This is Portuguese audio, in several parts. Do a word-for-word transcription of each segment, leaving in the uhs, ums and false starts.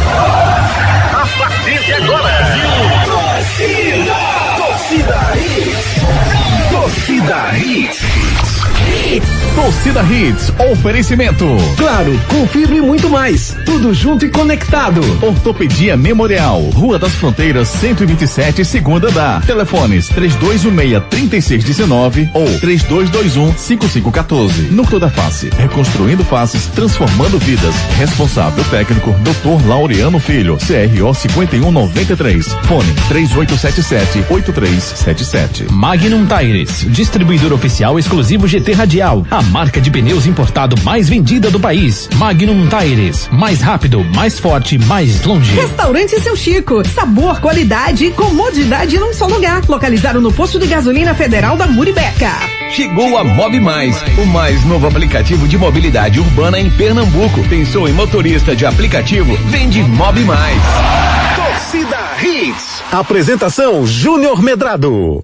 A partir de agora, Torcida, Torcida Hits, Torcida Hits. Torcida Hits, oferecimento. Claro, com fibra e muito mais. Tudo junto e conectado. Ortopedia Memorial, Rua das Fronteiras, cento e vinte e sete, segunda andar. Telefones três dois um seis, três seis um nove ou três dois dois um, cinco cinco um quatro. Núcleo da Face, reconstruindo faces, transformando vidas. Responsável técnico, doutor Laureano Filho, C R O cinquenta e um noventa e três. Fone três oito sete sete, oito três sete sete. Magnum Tires, distribuidor oficial exclusivo G T Radial, a marca de pneus importado mais vendida do país. Magnum Tires, mais rápido, mais forte, mais longe. Restaurante Seu Chico, sabor, qualidade e comodidade num só lugar. Localizado no posto de gasolina federal da Muribeca. Chegou a Mob Mais, o mais novo aplicativo de mobilidade urbana em Pernambuco. Pensou em motorista de aplicativo? Vende Mob Mais. Torcida Hits. Apresentação Júnior Medrado.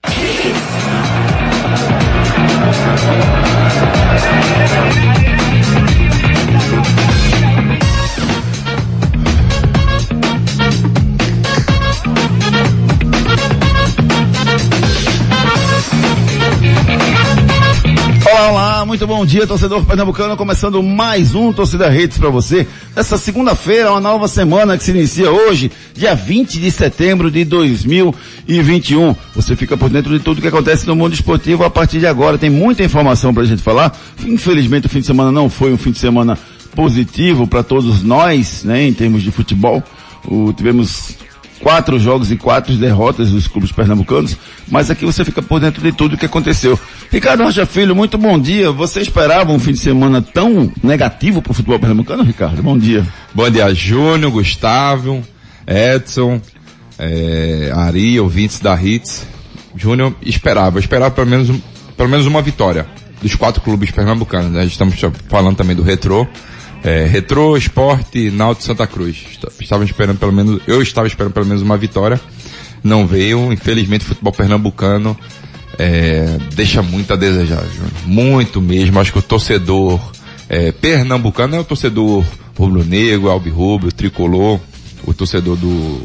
Olá, olá, muito bom dia, torcedor pernambucano, começando mais um Torcida Hits para você. Nessa segunda-feira, uma nova semana que se inicia hoje, dia vinte de setembro de dois mil e vinte e um. Você fica por dentro de tudo que acontece no mundo esportivo a partir de agora. Tem muita informação pra gente falar. Infelizmente, o fim de semana não foi um fim de semana positivo para todos nós, né, em termos de futebol. O, tivemos quatro jogos e quatro derrotas dos clubes pernambucanos, mas aqui você fica por dentro de tudo o que aconteceu. Ricardo Rocha Filho, muito bom dia. Você esperava um fim de semana tão negativo para o futebol pernambucano, Ricardo? Bom dia. Bom dia, Júnior, Gustavo, Edson, é, Ari, ouvintes da Hits. Júnior, esperava, esperava pelo menos, pelo menos uma vitória dos quatro clubes pernambucanos, né? Estamos falando também do Retrô. É, Retrô, Sport, Náutico, Santa Cruz. Estava esperando pelo menos, eu estava esperando pelo menos uma vitória. Não veio, infelizmente o futebol pernambucano é, deixa muito a desejar, Júnior. Muito mesmo. Acho que o torcedor é, pernambucano é o torcedor rubro-negro, albirrubro, tricolor, o torcedor do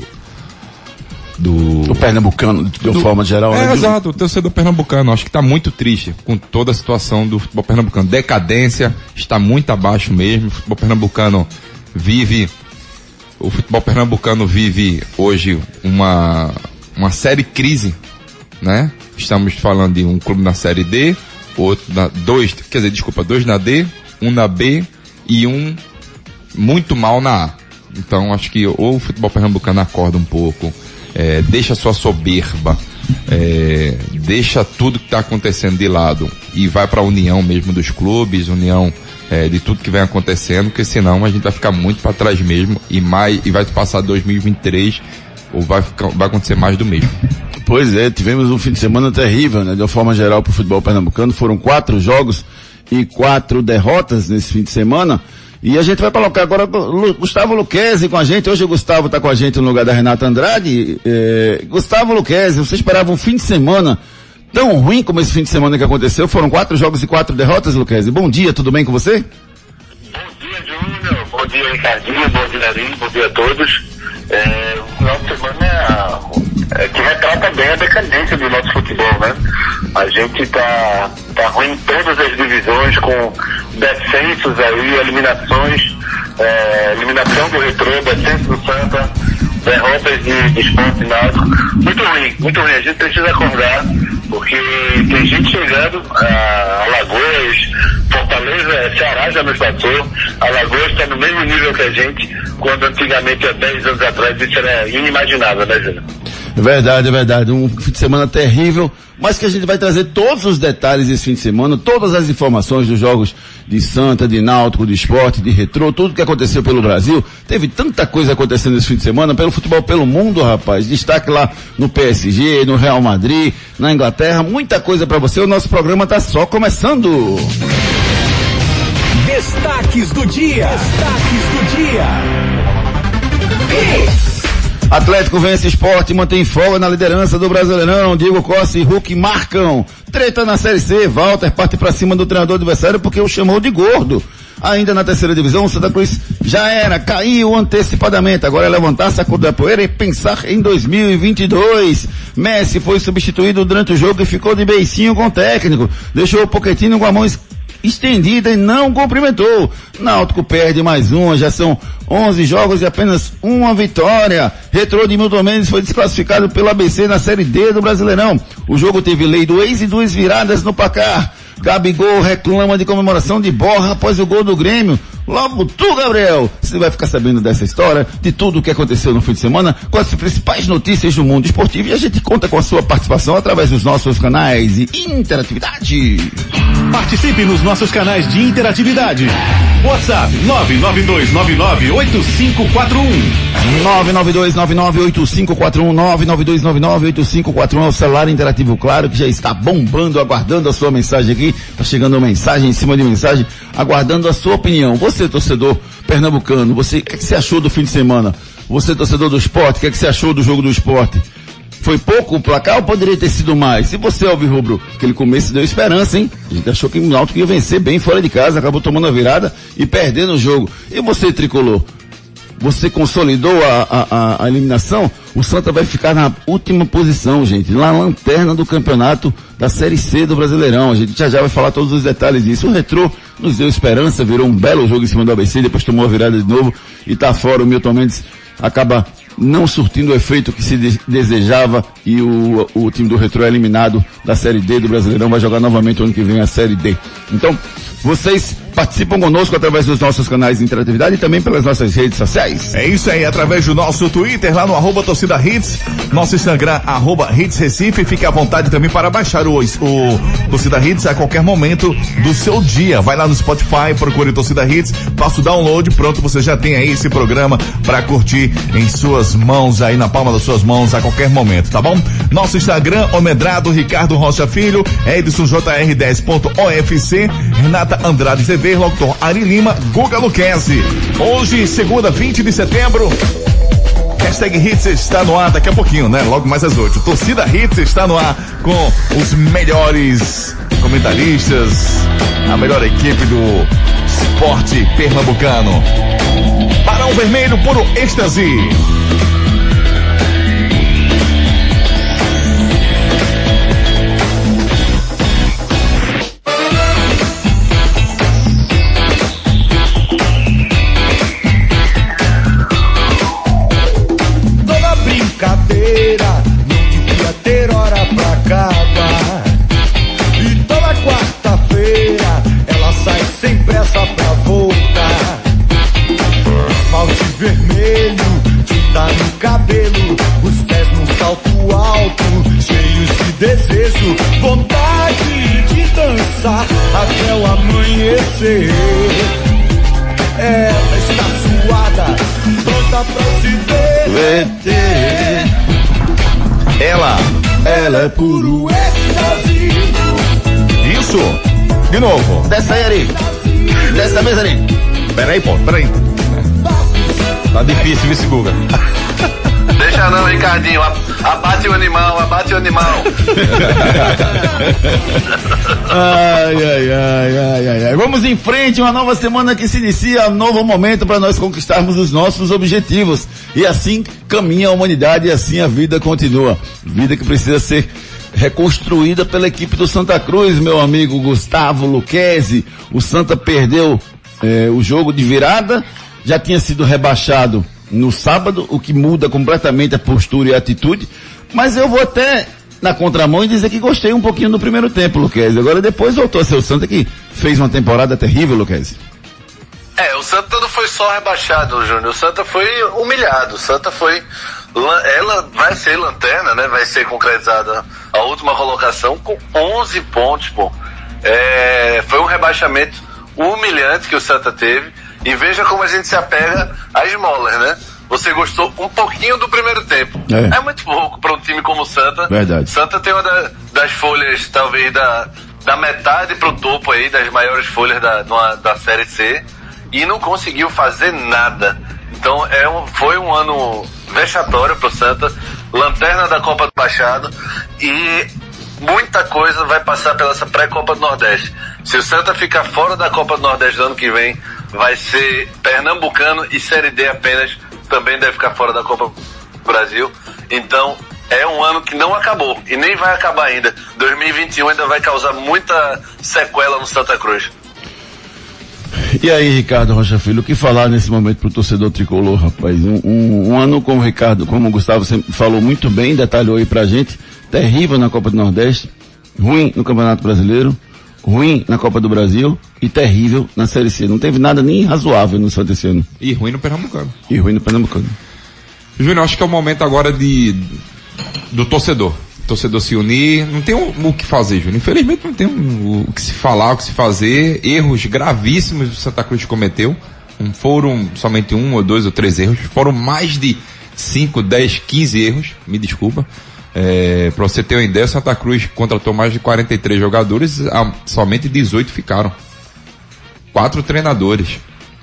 do o pernambucano de do, forma geral, é, né? Exato, o torcedor pernambucano acho que está muito triste com toda a situação do futebol pernambucano, decadência, está muito abaixo mesmo. O futebol pernambucano vive o futebol pernambucano vive hoje uma uma série crise, né? Estamos falando de um clube na série D, outro na dois, quer dizer, desculpa, dois na D, um na B e um muito mal na A. Então acho que ou o futebol pernambucano acorda um pouco, É, deixa sua soberba, é, deixa tudo que está acontecendo de lado e vai para a união mesmo dos clubes, união é, de tudo que vem acontecendo, porque senão a gente vai ficar muito para trás mesmo e, mais, e vai passar dois mil e vinte e três ou vai, ficar, vai acontecer mais do mesmo. Pois é, tivemos um fim de semana terrível, né? De uma forma geral para o futebol pernambucano, foram quatro jogos e quatro derrotas nesse fim de semana. E a gente vai colocar agora o Gustavo Luquezzi com a gente. Hoje o Gustavo está com a gente no lugar da Renata Andrade. É, Gustavo Luquezzi, você esperava um fim de semana tão ruim como esse fim de semana que aconteceu? Foram quatro jogos e quatro derrotas, Luquezzi. Bom dia, tudo bem com você? Bom dia, Júnior. Bom dia, Ricardinho. Bom dia, Ari. Bom dia a todos. É, o final de semana é, que retrata bem a decadência do nosso futebol, né? A gente tá, tá ruim em todas as divisões, com descensos aí, eliminações, é, eliminação do Retrô, descenso do Santa, derrotas de, de Sport e Náutico. Muito ruim, muito ruim. A gente precisa acordar, porque tem gente chegando, a Alagoas, Fortaleza, Ceará já nos passou, Alagoas está no mesmo nível que a gente, quando antigamente, há dez anos atrás, isso era inimaginável, né, Júnior? É verdade, é verdade. Um fim de semana terrível, mas que a gente vai trazer todos os detalhes desse fim de semana, todas as informações dos jogos de Santa, de Náutico, de Sport, de Retrô, tudo que aconteceu pelo Brasil. Teve tanta coisa acontecendo esse fim de semana, pelo futebol, pelo mundo, rapaz. Destaque lá no P S G, no Real Madrid, na Inglaterra, muita coisa pra você. O nosso programa tá só começando. Destaques do dia. Destaques do dia. Atlético vence Sport e mantém folga na liderança do Brasileirão. Diego Costa e Hulk marcam. Treta na Série C. Walter parte pra cima do treinador adversário porque o chamou de gordo. Ainda na terceira divisão, o Santa Cruz já era, caiu antecipadamente. Agora é levantar, sacudir a poeira e pensar em dois mil e vinte e dois. Messi foi substituído durante o jogo e ficou de beicinho com o técnico. Deixou o Pochettino com a mão estendida e não cumprimentou. Náutico perde mais uma, já são onze jogos e apenas uma vitória. Retrô de Milton Mendes foi desclassificado pelo A B C na Série D do Brasileirão. O jogo teve lei do ex e duas viradas no placar. Gabigol reclama de comemoração de Borja após o gol do Grêmio. Logo tu, Gabriel, você vai ficar sabendo dessa história, de tudo o que aconteceu no fim de semana, com as principais notícias do mundo esportivo, e a gente conta com a sua participação através dos nossos canais de interatividade. Participe nos nossos canais de interatividade. WhatsApp nove nove dois nove nove oito cinco quatro um. nove nove dois nove nove oito cinco quatro um, nove nove dois nove nove oito cinco quatro um é o celular interativo, claro, que já está bombando, aguardando a sua mensagem aqui. Está chegando uma mensagem em cima de mensagem, aguardando a sua opinião. Você, torcedor pernambucano, você, o que, é que você achou do fim de semana? Você, torcedor do Sport, o que, é que você achou do jogo do Sport? Foi pouco o placar ou poderia ter sido mais? Se você, alvirrubro, aquele começo deu esperança, hein? A gente achou que o Náutico ia vencer bem fora de casa, acabou tomando a virada e perdendo o jogo. E você, tricolor? Você consolidou a, a, a eliminação? O Santa vai ficar na última posição, gente, na lanterna do campeonato da Série C do Brasileirão. A gente já já vai falar todos os detalhes disso. O Retrô nos deu esperança, virou um belo jogo em cima do A B C, depois tomou a virada de novo e tá fora. O Milton Mendes acaba não surtindo o efeito que se de- desejava e o, o time do Retrô é eliminado da Série D do Brasileirão, vai jogar novamente o ano que vem a Série D. Então, vocês participam conosco através dos nossos canais de interatividade e também pelas nossas redes sociais. É isso aí, através do nosso Twitter, lá no arroba Torcida Hits, nosso Instagram, arroba Hits Recife. Fique à vontade também para baixar o, o Torcida Hits a qualquer momento do seu dia. Vai lá no Spotify, procure Torcida Hits, faça o download, pronto, você já tem aí esse programa para curtir em suas mãos, aí na palma das suas mãos a qualquer momento, tá bom? Nosso Instagram, Omedrado, Ricardo Rocha Filho, Edson J R dez ponto O F C, Renata Andrade T V, Locutor Ari Lima, Guga Luquezzi. Hoje, segunda, vinte de setembro, hashtag Hits está no ar daqui a pouquinho, né? Logo mais às oito. Torcida Hits está no ar com os melhores comentaristas, a melhor equipe do esporte pernambucano. Barão Vermelho, puro êxtase. Brincadeira, não devia ter hora pra acabar. E toda quarta-feira ela sai sem pressa pra voltar. Esmalte vermelho, tinta no cabelo, os pés num salto alto, cheios de desejo, vontade de dançar até o amanhecer. Ela está suada, pronta pra se derreter. Ela, ela é puro êxtase. Isso, de novo. Desce aí, Ari. Desce a mesa, Ari. Peraí, pô, peraí. Tá difícil, viu, Guga? Deixa não, Ricardinho. Abate o animal, abate o animal. Ai, ai, ai, ai, ai, ai. Vamos em frente, uma nova semana que se inicia, um novo momento para nós conquistarmos os nossos objetivos. E assim caminha a humanidade e assim a vida continua. Vida que precisa ser reconstruída pela equipe do Santa Cruz, meu amigo Gustavo Luquezzi. O Santa perdeu eh, o jogo de virada, já tinha sido rebaixado no sábado, o que muda completamente a postura e a atitude, mas eu vou até na contramão e dizer que gostei um pouquinho do primeiro tempo, Luquezzi. Agora depois voltou a ser o Santa que fez uma temporada terrível, Luquezzi. É, o Santa não foi só rebaixado, Júnior, o Santa foi humilhado, o Santa foi, ela vai ser lanterna, né, vai ser concretizada a última colocação com onze pontos, pô. É, foi um rebaixamento humilhante que o Santa teve. E veja como a gente se apega a esmolas, né? Você gostou um pouquinho do primeiro tempo. É, é muito pouco para um time como o Santa. Verdade. Santa tem uma da, das folhas, talvez, da, da metade pro topo aí, das maiores folhas da, numa, da Série C. e não conseguiu fazer nada. Então é um, foi um ano vexatório pro Santa, lanterna da Copa do Baixado, e muita coisa vai passar pela essa pré-Copa do Nordeste. Se o Santa ficar fora da Copa do Nordeste do ano que vem, vai ser Pernambucano e Série D apenas, também deve ficar fora da Copa do Brasil. Então é um ano que não acabou e nem vai acabar ainda. dois mil e vinte e um ainda vai causar muita sequela no Santa Cruz. E aí, Ricardo Rocha Filho, o que falar nesse momento pro torcedor tricolor, rapaz? Um, um, um ano como o Ricardo, como o Gustavo sempre falou muito bem, detalhou aí pra gente, terrível na Copa do Nordeste, ruim no Campeonato Brasileiro, ruim na Copa do Brasil e terrível na Série C. Não teve nada nem razoável no Santa esse ano. E ruim no Pernambucano. E ruim no Pernambucano. Júnior, acho que é o momento agora de do torcedor. O torcedor se unir, não tem o, o que fazer, Júnior. Infelizmente não tem um, o que se falar, o que se fazer. Erros gravíssimos o Santa Cruz cometeu. Não foram somente um ou dois ou três erros, foram mais de cinco, dez, quinze erros, me desculpa. É, para você ter uma ideia, o Santa Cruz contratou mais de quarenta e três jogadores, a, somente dezoito ficaram. Quatro treinadores.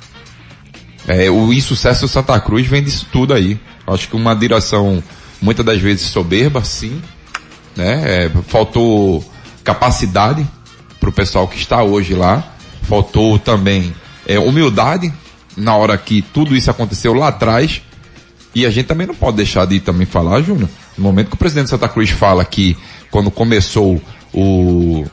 É, o insucesso do Santa Cruz vem disso tudo aí. Acho que uma direção, muitas das vezes, soberba, sim. Né? É, faltou capacidade para o pessoal que está hoje lá. Faltou também é, humildade na hora que tudo isso aconteceu lá atrás. E a gente também não pode deixar de também falar, Júnior, no momento que o presidente de Santa Cruz fala que quando começou o,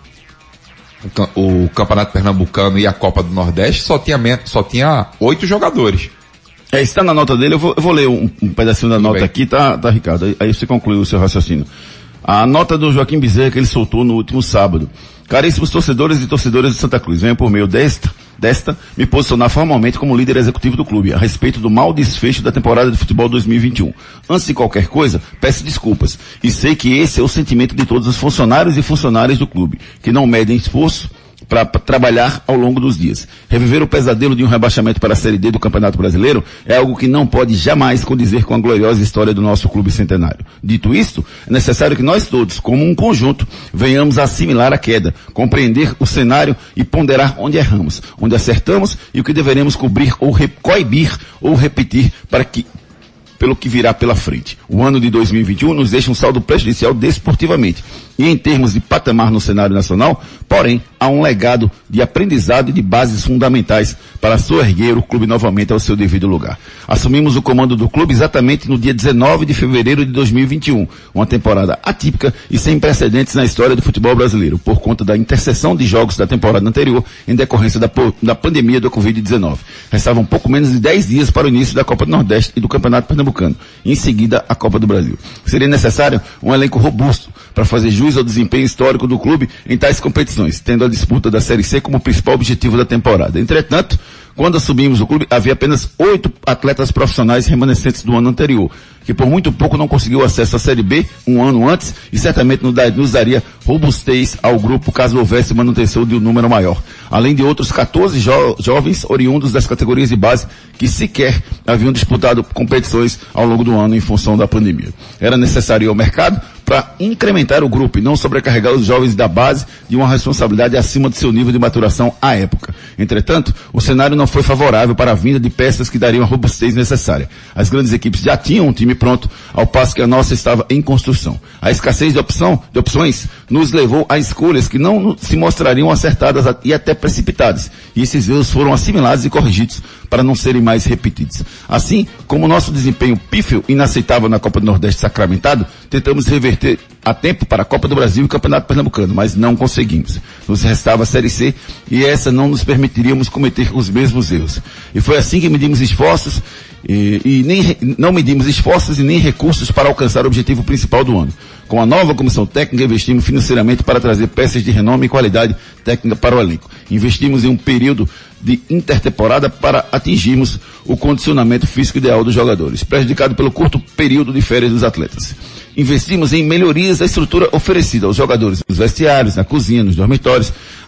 o, o Campeonato Pernambucano e a Copa do Nordeste, só tinha, só tinha oito jogadores. É, está na nota dele, eu vou, eu vou ler um, um pedacinho da Tudo nota bem. Aqui, tá, tá, Ricardo? Aí, aí você conclui o seu raciocínio. A nota do Joaquim Bezerra que ele soltou no último sábado. Caríssimos torcedores e torcedoras de Santa Cruz, venho por meio desta, desta, me posicionar formalmente como líder executivo do clube, a respeito do mau desfecho da temporada de futebol dois mil e vinte e um. Antes de qualquer coisa, peço desculpas. E sei que esse é o sentimento de todos os funcionários e funcionárias do clube, que não medem esforço para trabalhar ao longo dos dias. Reviver o pesadelo de um rebaixamento para a Série D do Campeonato Brasileiro é algo que não pode jamais condizer com a gloriosa história do nosso clube centenário. Dito isto, é necessário que nós todos, como um conjunto, venhamos a assimilar a queda, compreender o cenário e ponderar onde erramos, onde acertamos e o que deveremos cobrir ou re- coibir ou repetir para que pelo que virá pela frente. O ano de dois mil e vinte e um nos deixa um saldo prejudicial desportivamente. E em termos de patamar no cenário nacional, porém, há um legado de aprendizado e de bases fundamentais para soerguer o clube novamente ao seu devido lugar. Assumimos o comando do clube exatamente no dia dezenove de fevereiro de dois mil e vinte e um, uma temporada atípica e sem precedentes na história do futebol brasileiro, por conta da interseção de jogos da temporada anterior em decorrência da, da pandemia do covid dezenove. Restavam pouco menos de dez dias para o início da Copa do Nordeste e do Campeonato Pernambucano, e em seguida a Copa do Brasil. Seria necessário um elenco robusto para fazer jus ao desempenho histórico do clube em tais competições, tendo a disputa da Série C como principal objetivo da temporada. Entretanto, quando assumimos o clube, havia apenas oito atletas profissionais remanescentes do ano anterior, que por muito pouco não conseguiu acesso à Série B um ano antes e certamente nos daria robustez ao grupo caso houvesse manutenção de um número maior. Além de outros catorze jo- jovens oriundos das categorias de base que sequer haviam disputado competições ao longo do ano em função da pandemia. Era necessário ir ao mercado para incrementar o grupo e não sobrecarregar os jovens da base de uma responsabilidade acima do seu nível de maturação à época. Entretanto, o cenário não foi favorável para a vinda de peças que dariam a robustez necessária. As grandes equipes já tinham um time pronto, ao passo que a nossa estava em construção. A escassez de, opção, de opções nos levou a escolhas que não se mostrariam acertadas e até precipitadas. E esses erros foram assimilados e corrigidos para não serem mais repetidos. Assim, como o nosso desempenho pífio e inaceitável na Copa do Nordeste sacramentado, tentamos reverter a tempo para a Copa do Brasil e o Campeonato Pernambucano, mas não conseguimos. Nos restava a Série C e essa não nos permitiríamos cometer os mesmos erros. E foi assim que medimos esforços e, e nem, não medimos esforços e nem recursos para alcançar o objetivo principal do ano. Com a nova comissão técnica, investimos financeiramente para trazer peças de renome e qualidade técnica para o elenco. Investimos em um período de intertemporada para atingirmos o condicionamento físico ideal dos jogadores, prejudicado pelo curto período de férias dos atletas. Investimos em melhorias da estrutura oferecida aos jogadores, nos vestiários, na cozinha, nos dormitórios,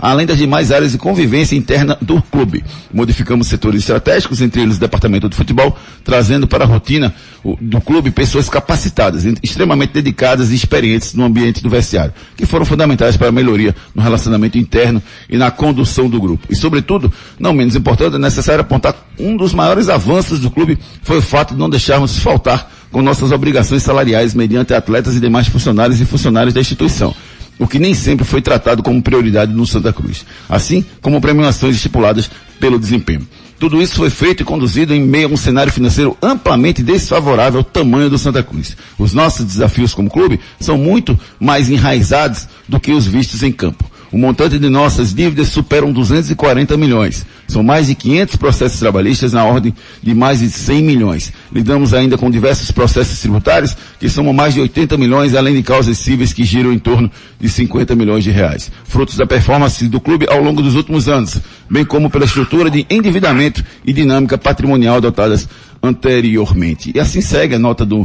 além das demais áreas de convivência interna do clube. Modificamos setores estratégicos, entre eles o departamento de futebol, trazendo para a rotina do clube pessoas capacitadas, extremamente dedicadas e experientes no ambiente do vestiário, que foram fundamentais para a melhoria no relacionamento interno e na condução do grupo. E, sobretudo, não menos importante, é necessário apontar um dos maiores avanços do clube foi o fato de não deixarmos faltar com nossas obrigações salariais mediante atletas e demais funcionários e funcionários da instituição, o que nem sempre foi tratado como prioridade no Santa Cruz, assim como premiações estipuladas pelo desempenho. Tudo isso foi feito e conduzido em meio a um cenário financeiro amplamente desfavorável ao tamanho do Santa Cruz. Os nossos desafios como clube são muito mais enraizados do que os vistos em campo. O montante de nossas dívidas superam duzentos e quarenta milhões. São mais de quinhentos processos trabalhistas na ordem de mais de cem milhões. Lidamos ainda com diversos processos tributários que somam mais de oitenta milhões, além de causas cíveis que giram em torno de cinquenta milhões de reais. Frutos da performance do clube ao longo dos últimos anos, bem como pela estrutura de endividamento e dinâmica patrimonial adotadas anteriormente. E assim segue a nota do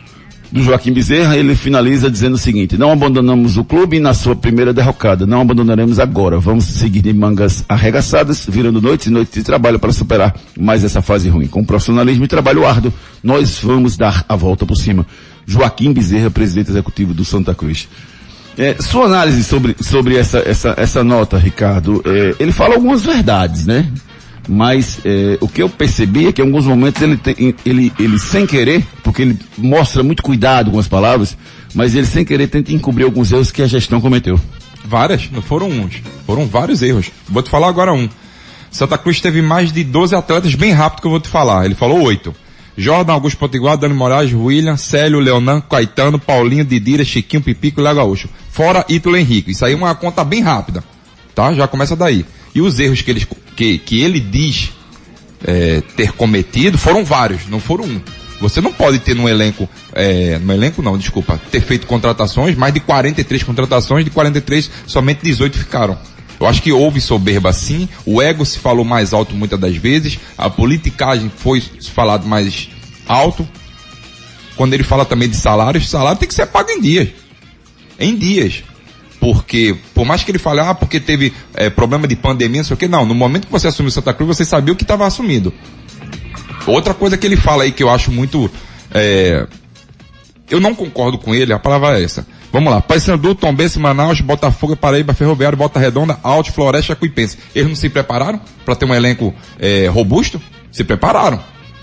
do Joaquim Bezerra. Ele finaliza dizendo o seguinte: não abandonamos o clube na sua primeira derrocada, não abandonaremos agora, vamos seguir de mangas arregaçadas, virando noites e noites de trabalho para superar mais essa fase ruim. Com profissionalismo e trabalho árduo, nós vamos dar a volta por cima. Joaquim Bezerra, presidente executivo do Santa Cruz. É, sua análise sobre, sobre essa, essa, essa nota, Ricardo, é, ele fala algumas verdades, né? Mas é, o que eu percebi é que em alguns momentos ele, tem, ele, ele sem querer, porque ele mostra muito cuidado com as palavras, mas ele sem querer tenta encobrir alguns erros que a gestão cometeu. Várias, não foram uns, foram vários erros. Vou te falar agora um. Santa Cruz teve mais de doze atletas, bem rápido que eu vou te falar. Ele falou oito. Jordan, Augusto Potiguar, Dani Moraes, William, Célio, Leonan, Caetano, Paulinho, Didira, Chiquinho, Pipico e Léo Gaúcho. Fora Ítalo Henrique. Isso aí é uma conta bem rápida, tá? Já começa daí. E os erros que ele, que, que ele diz é, ter cometido foram vários, não foram um. Você não pode ter no elenco, é, no elenco não, desculpa, ter feito contratações, mais de quarenta e três contratações, de quarenta e três somente dezoito ficaram. Eu acho que houve soberba sim, o ego se falou mais alto muitas das vezes, a politicagem foi falado mais alto. Quando ele fala também de salários, salário tem que ser pago em dias. Em dias. Porque, por mais que ele fale, ah, porque teve é, problema de pandemia, não sei o que, não, no momento que você assumiu Santa Cruz, você sabia o que estava assumido. Outra coisa que ele fala aí que eu acho muito, é, eu não concordo com ele, a palavra é essa. Vamos lá, Paysandu, Tombense, Manaus, Botafogo, Paraíba, Ferroviário, Volta Redonda, Alto, Floresta, Jacuipense. Eles não se prepararam para ter um elenco é, robusto? Se prepararam.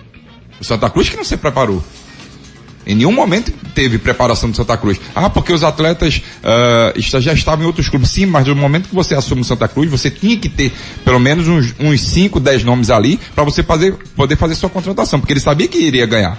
O Santa Cruz que não se preparou. Em nenhum momento teve preparação do Santa Cruz. Ah, porque os atletas uh, já estavam em outros clubes. Sim, mas no momento que você assume o Santa Cruz, você tinha que ter pelo menos uns, uns cinco, dez nomes ali para você fazer, poder fazer sua contratação, porque ele sabia que iria ganhar.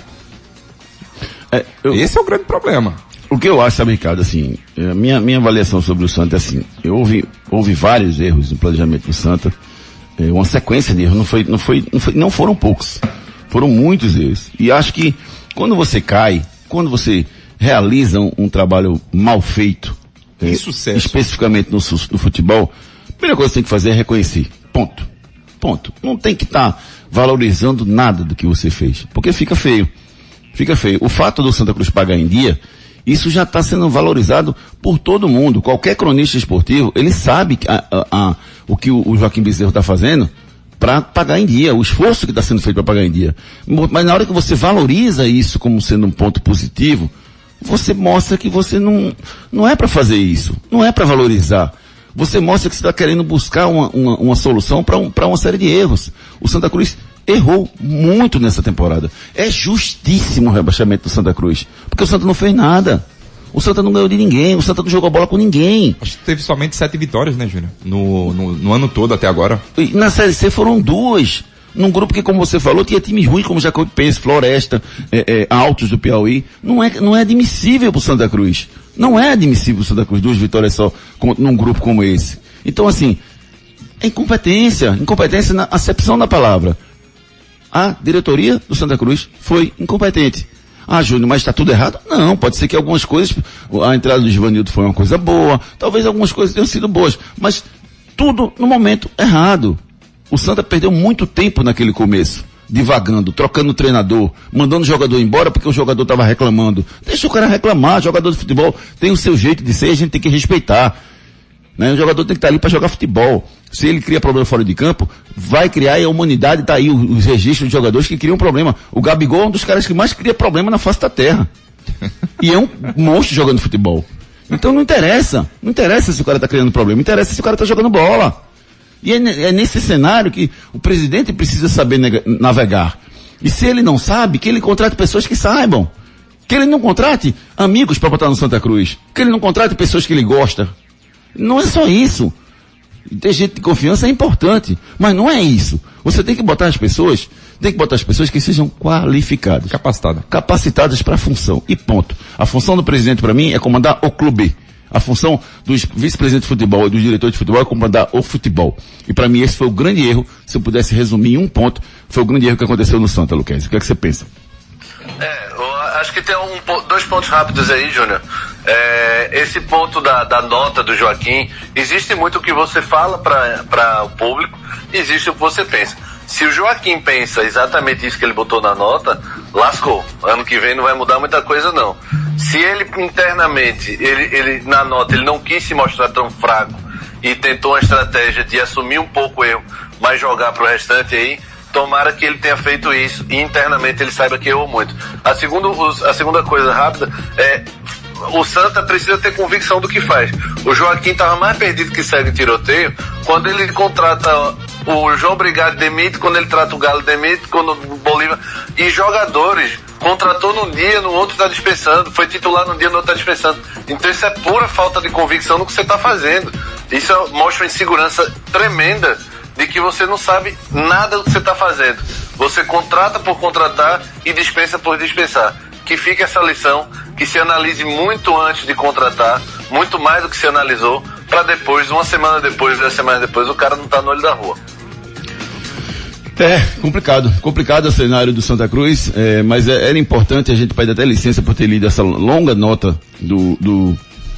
É, eu, Esse é o grande problema. O que eu acho, sabe, Ricardo, assim, a minha, minha avaliação sobre o Santa é assim, eu houve, houve vários erros no planejamento do Santa, é, uma sequência de erros, não foi, não foi, não foi, não foram poucos, foram muitos erros. E acho que quando você cai, quando você realiza um, um trabalho mal feito, é, especificamente no, no futebol, a primeira coisa que você tem que fazer é reconhecer. Ponto. Ponto. Não tem que estar tá valorizando nada do que você fez, porque fica feio. Fica feio. O fato do Santa Cruz pagar em dia, isso já está sendo valorizado por todo mundo. Qualquer cronista esportivo, ele sabe a, a, a, o que o, o Joaquim Bezerra está fazendo para pagar em dia, o esforço que está sendo feito para pagar em dia. Mas na hora que você valoriza isso como sendo um ponto positivo, você mostra que você não, não é para fazer isso, não é para valorizar. Você mostra que você está querendo buscar uma, uma, uma solução para um, para uma série de erros. O Santa Cruz errou muito nessa temporada. É justíssimo o rebaixamento do Santa Cruz, porque o Santa não fez nada. O Santa não ganhou de ninguém, o Santa não jogou a bola com ninguém. Acho que teve somente sete vitórias, né, Júnior? No, no, no ano todo até agora. E na Série C foram duas. Num grupo que, como você falou, tinha times ruins como Jacuipense, Floresta, é, é, Altos do Piauí. Não é, não é admissível pro Santa Cruz. Não é admissível pro Santa Cruz duas vitórias só com, num grupo como esse. Então, assim, é incompetência. Incompetência na acepção da palavra. A diretoria do Santa Cruz foi incompetente. Ah, Júnior, mas está tudo errado? Não, pode ser que algumas coisas, a entrada do Givanildo foi uma coisa boa, talvez algumas coisas tenham sido boas, mas tudo no momento errado. O Santa perdeu muito tempo naquele começo, divagando, trocando o treinador, mandando o jogador embora porque o jogador estava reclamando. Deixa o cara reclamar, jogador de futebol tem o seu jeito de ser, a gente tem que respeitar. Né? O jogador tem que estar ali para jogar futebol. Se ele cria problema fora de campo, vai criar, e a humanidade está aí, os, os registros de jogadores que criam problema. O Gabigol é um dos caras que mais cria problema na face da terra. E é um monstro jogando futebol. Então não interessa. Não interessa se o cara está criando problema. Interessa se o cara está jogando bola. E é, é nesse cenário que o presidente precisa saber navegar. E se ele não sabe, que ele contrate pessoas que saibam. Que ele não contrate amigos para botar no Santa Cruz. Que ele não contrate pessoas que ele gosta. Não é só isso. Ter gente de confiança é importante, mas não é isso. Você tem que botar as pessoas, tem que botar as pessoas que sejam qualificadas. Capacitadas. Capacitadas para a função. E ponto. A função do presidente para mim é comandar o clube. A função dos vice-presidentes de futebol e dos diretores de futebol é comandar o futebol. E para mim esse foi o grande erro, se eu pudesse resumir em um ponto, foi o grande erro que aconteceu no Santa, Luquezzi. O que é que você pensa? É, eu acho que tem um, dois pontos rápidos aí, Júnior. É, esse ponto da, da nota do Joaquim, existe muito o que você fala para o público, existe o que você pensa. Se o Joaquim pensa exatamente isso que ele botou na nota, lascou. Ano que vem não vai mudar muita coisa, não. Se ele internamente, ele, ele na nota, ele não quis se mostrar tão fraco e tentou uma estratégia de assumir um pouco o erro, mas jogar pro restante aí, tomara que ele tenha feito isso e internamente ele saiba que errou muito. A segunda, a segunda coisa rápida é, o Santa precisa ter convicção do que faz. O Joaquim estava mais perdido que segue tiroteio quando ele contrata o João Brigado, demite, quando ele trata o Galo, demite, quando o Bolívar, e jogadores, contratou num dia, no outro está dispensando, foi titular num dia, no outro está dispensando. Então isso é pura falta de convicção no que você está fazendo. Isso mostra uma insegurança tremenda de que você não sabe nada do que você está fazendo. Você contrata por contratar e dispensa por dispensar. Que fique essa lição, que se analise muito antes de contratar, muito mais do que se analisou, para depois, uma semana depois, duas semanas depois, o cara não tá no olho da rua. É, complicado. Complicado o cenário do Santa Cruz, é, mas é, era importante, a gente pede até licença por ter lido essa longa nota do, do,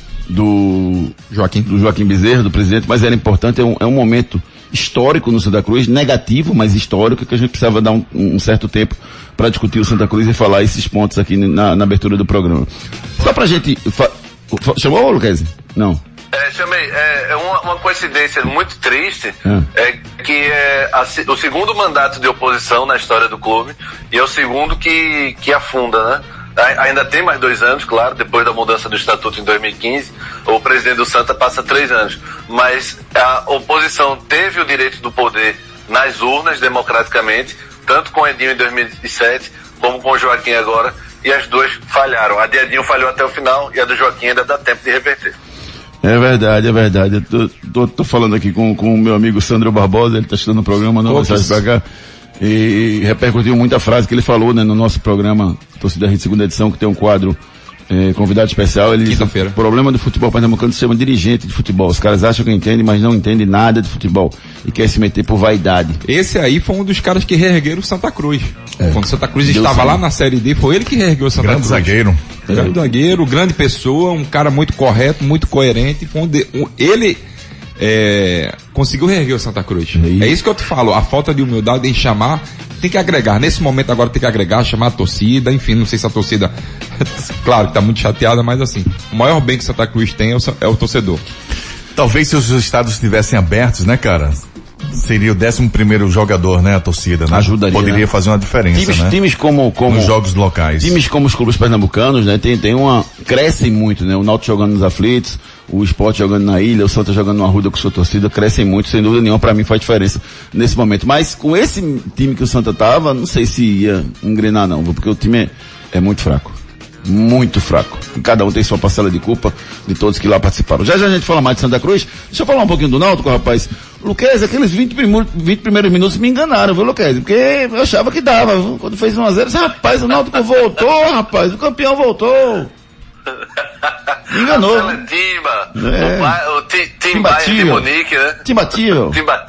do Joaquim, do Joaquim Bezerra, do presidente, mas era importante, é um, é um momento histórico no Santa Cruz, negativo, mas histórico, que a gente precisava dar um, um certo tempo para discutir o Santa Cruz e falar esses pontos aqui na, na abertura do programa. Só pra gente... Fa, fa, chamou, Luquezzi? Não. É, chamei. É, é uma, uma coincidência muito triste, é, é que é a, o segundo mandato de oposição na história do clube e é o segundo que, que afunda, né? Ainda tem mais dois anos, claro, depois da mudança do estatuto em dois mil e quinze, o presidente do Santa passa três anos, mas a oposição teve o direito do poder nas urnas, democraticamente, tanto com o Edinho em dois mil e sete, como com o Joaquim agora, e as duas falharam. A de Edinho falhou até o final, e a do Joaquim ainda dá tempo de reverter. É verdade, é verdade. Eu tô, tô, tô falando aqui com, com o meu amigo Sandro Barbosa, ele tá assistindo o programa, não mensagem pra cá. E repercutiu muita frase que ele falou, né, no nosso programa Torcida Hits segunda edição, que tem um quadro eh, convidado especial. Ele disse: o problema do futebol pernambucano se chama dirigente de futebol. Os caras acham que entendem, mas não entendem nada de futebol e quer se meter por vaidade. Esse aí foi um dos caras que reergueram o Santa Cruz. É. Quando o Santa Cruz Deus estava sim. lá na Série D, foi ele que reergueu o Santa grande Cruz. Zagueiro. É. Grande zagueiro, grande pessoa, um cara muito correto, muito coerente. Foi um de, um, ele é, conseguiu reerguer o Santa Cruz. E... é isso que eu te falo, a falta de humildade em chamar. Tem que agregar, nesse momento agora tem que agregar, chamar a torcida, enfim, não sei se a torcida, claro que tá muito chateada, mas assim, o maior bem que Santa Cruz tem é o, é o torcedor. Talvez se os estados estivessem abertos, né, cara, seria o décimo primeiro jogador, né, a torcida, né? Ajudaria, poderia né? fazer uma diferença, times, né? Times como, como... nos jogos locais. Times como os clubes pernambucanos, né, tem, tem uma... crescem muito, né? O Náutico jogando nos aflitos, o Sport jogando na ilha, o Santa jogando no Arruda com sua torcida, crescem muito, sem dúvida nenhuma, pra mim faz diferença nesse momento. Mas com esse time que o Santa tava, não sei se ia engrenar não, porque o time é, é muito fraco. Muito fraco. Cada um tem sua parcela de culpa de todos que lá participaram. Já já a gente fala mais de Santa Cruz. Deixa eu falar um pouquinho do Náutico, rapaz. Luquezzi, aqueles vinte, vinte primeiros minutos me enganaram, viu, Luquezzi? Porque eu achava que dava, viu? Quando fez um a zero, rapaz, o Náutico voltou, rapaz, o campeão voltou. Me enganou. A Timba, é. o, o Tim Bayern de Munique, né? Timbatível.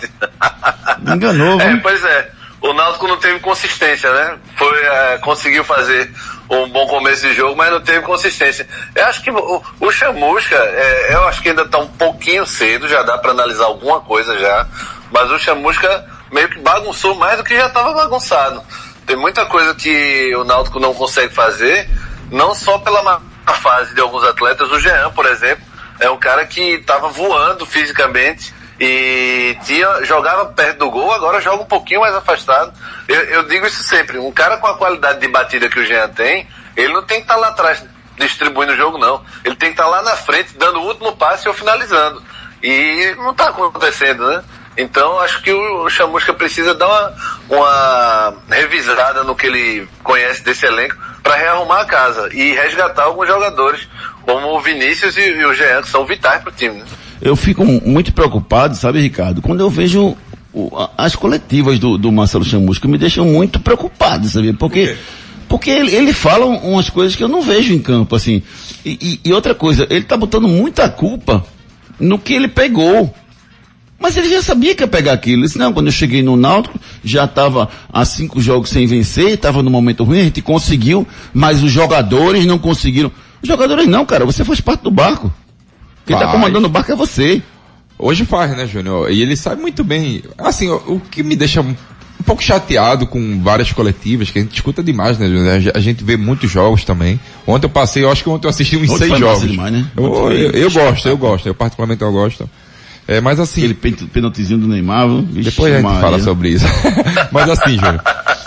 Me enganou, viu? É, pois é. O Náutico não teve consistência, né? Foi, é, conseguiu fazer um bom começo de jogo, mas não teve consistência. Eu acho que o, o Chamusca, é, eu acho que ainda tá um pouquinho cedo, já dá para analisar alguma coisa já, mas o Chamusca meio que bagunçou mais do que já estava bagunçado. Tem muita coisa que o Náutico não consegue fazer, não só pela má fase de alguns atletas. O Jean, por exemplo, é um cara que estava voando fisicamente e tinha, jogava perto do gol, agora joga um pouquinho mais afastado. Eu, eu digo isso sempre, um cara com a qualidade de batida que o Jean tem, ele não tem que estar lá atrás distribuindo o jogo, não. Ele tem que estar lá na frente, dando o último passe ou finalizando. E não está acontecendo, né? Então acho que o Chamusca precisa dar uma, uma revisada no que ele conhece desse elenco para rearrumar a casa e resgatar alguns jogadores como o Vinícius e, e o Jean, que são vitais para o time, né? Eu fico muito preocupado, sabe, Ricardo, quando eu vejo o, as coletivas do, do Marcelo Chamusca, me deixam muito preocupado, sabe? Porque, Por porque ele, ele fala umas coisas que eu não vejo em campo, assim. E, e, e outra coisa, ele tá botando muita culpa no que ele pegou. Mas ele já sabia que ia pegar aquilo. Ele disse, não, quando eu cheguei no Náutico, já estava há cinco jogos sem vencer, estava no momento ruim, a gente conseguiu, mas os jogadores não conseguiram. Os jogadores não, cara, você faz parte do barco. Quem está comandando o barco é você. Hoje faz, né, Júnior? E ele sabe muito bem. Assim, o, o que me deixa um, um pouco chateado com várias coletivas, que a gente escuta demais, né, Júnior? A gente vê muitos jogos também. Ontem eu passei, eu acho que ontem eu assisti uns ontem seis jogos. Demais, né? Eu, eu, eu, eu gosto, eu gosto. Eu particularmente eu gosto. É, mas assim... Aquele penaltizinho do Neymar, vixe, depois a gente Maria. fala sobre isso. Mas assim, Júnior,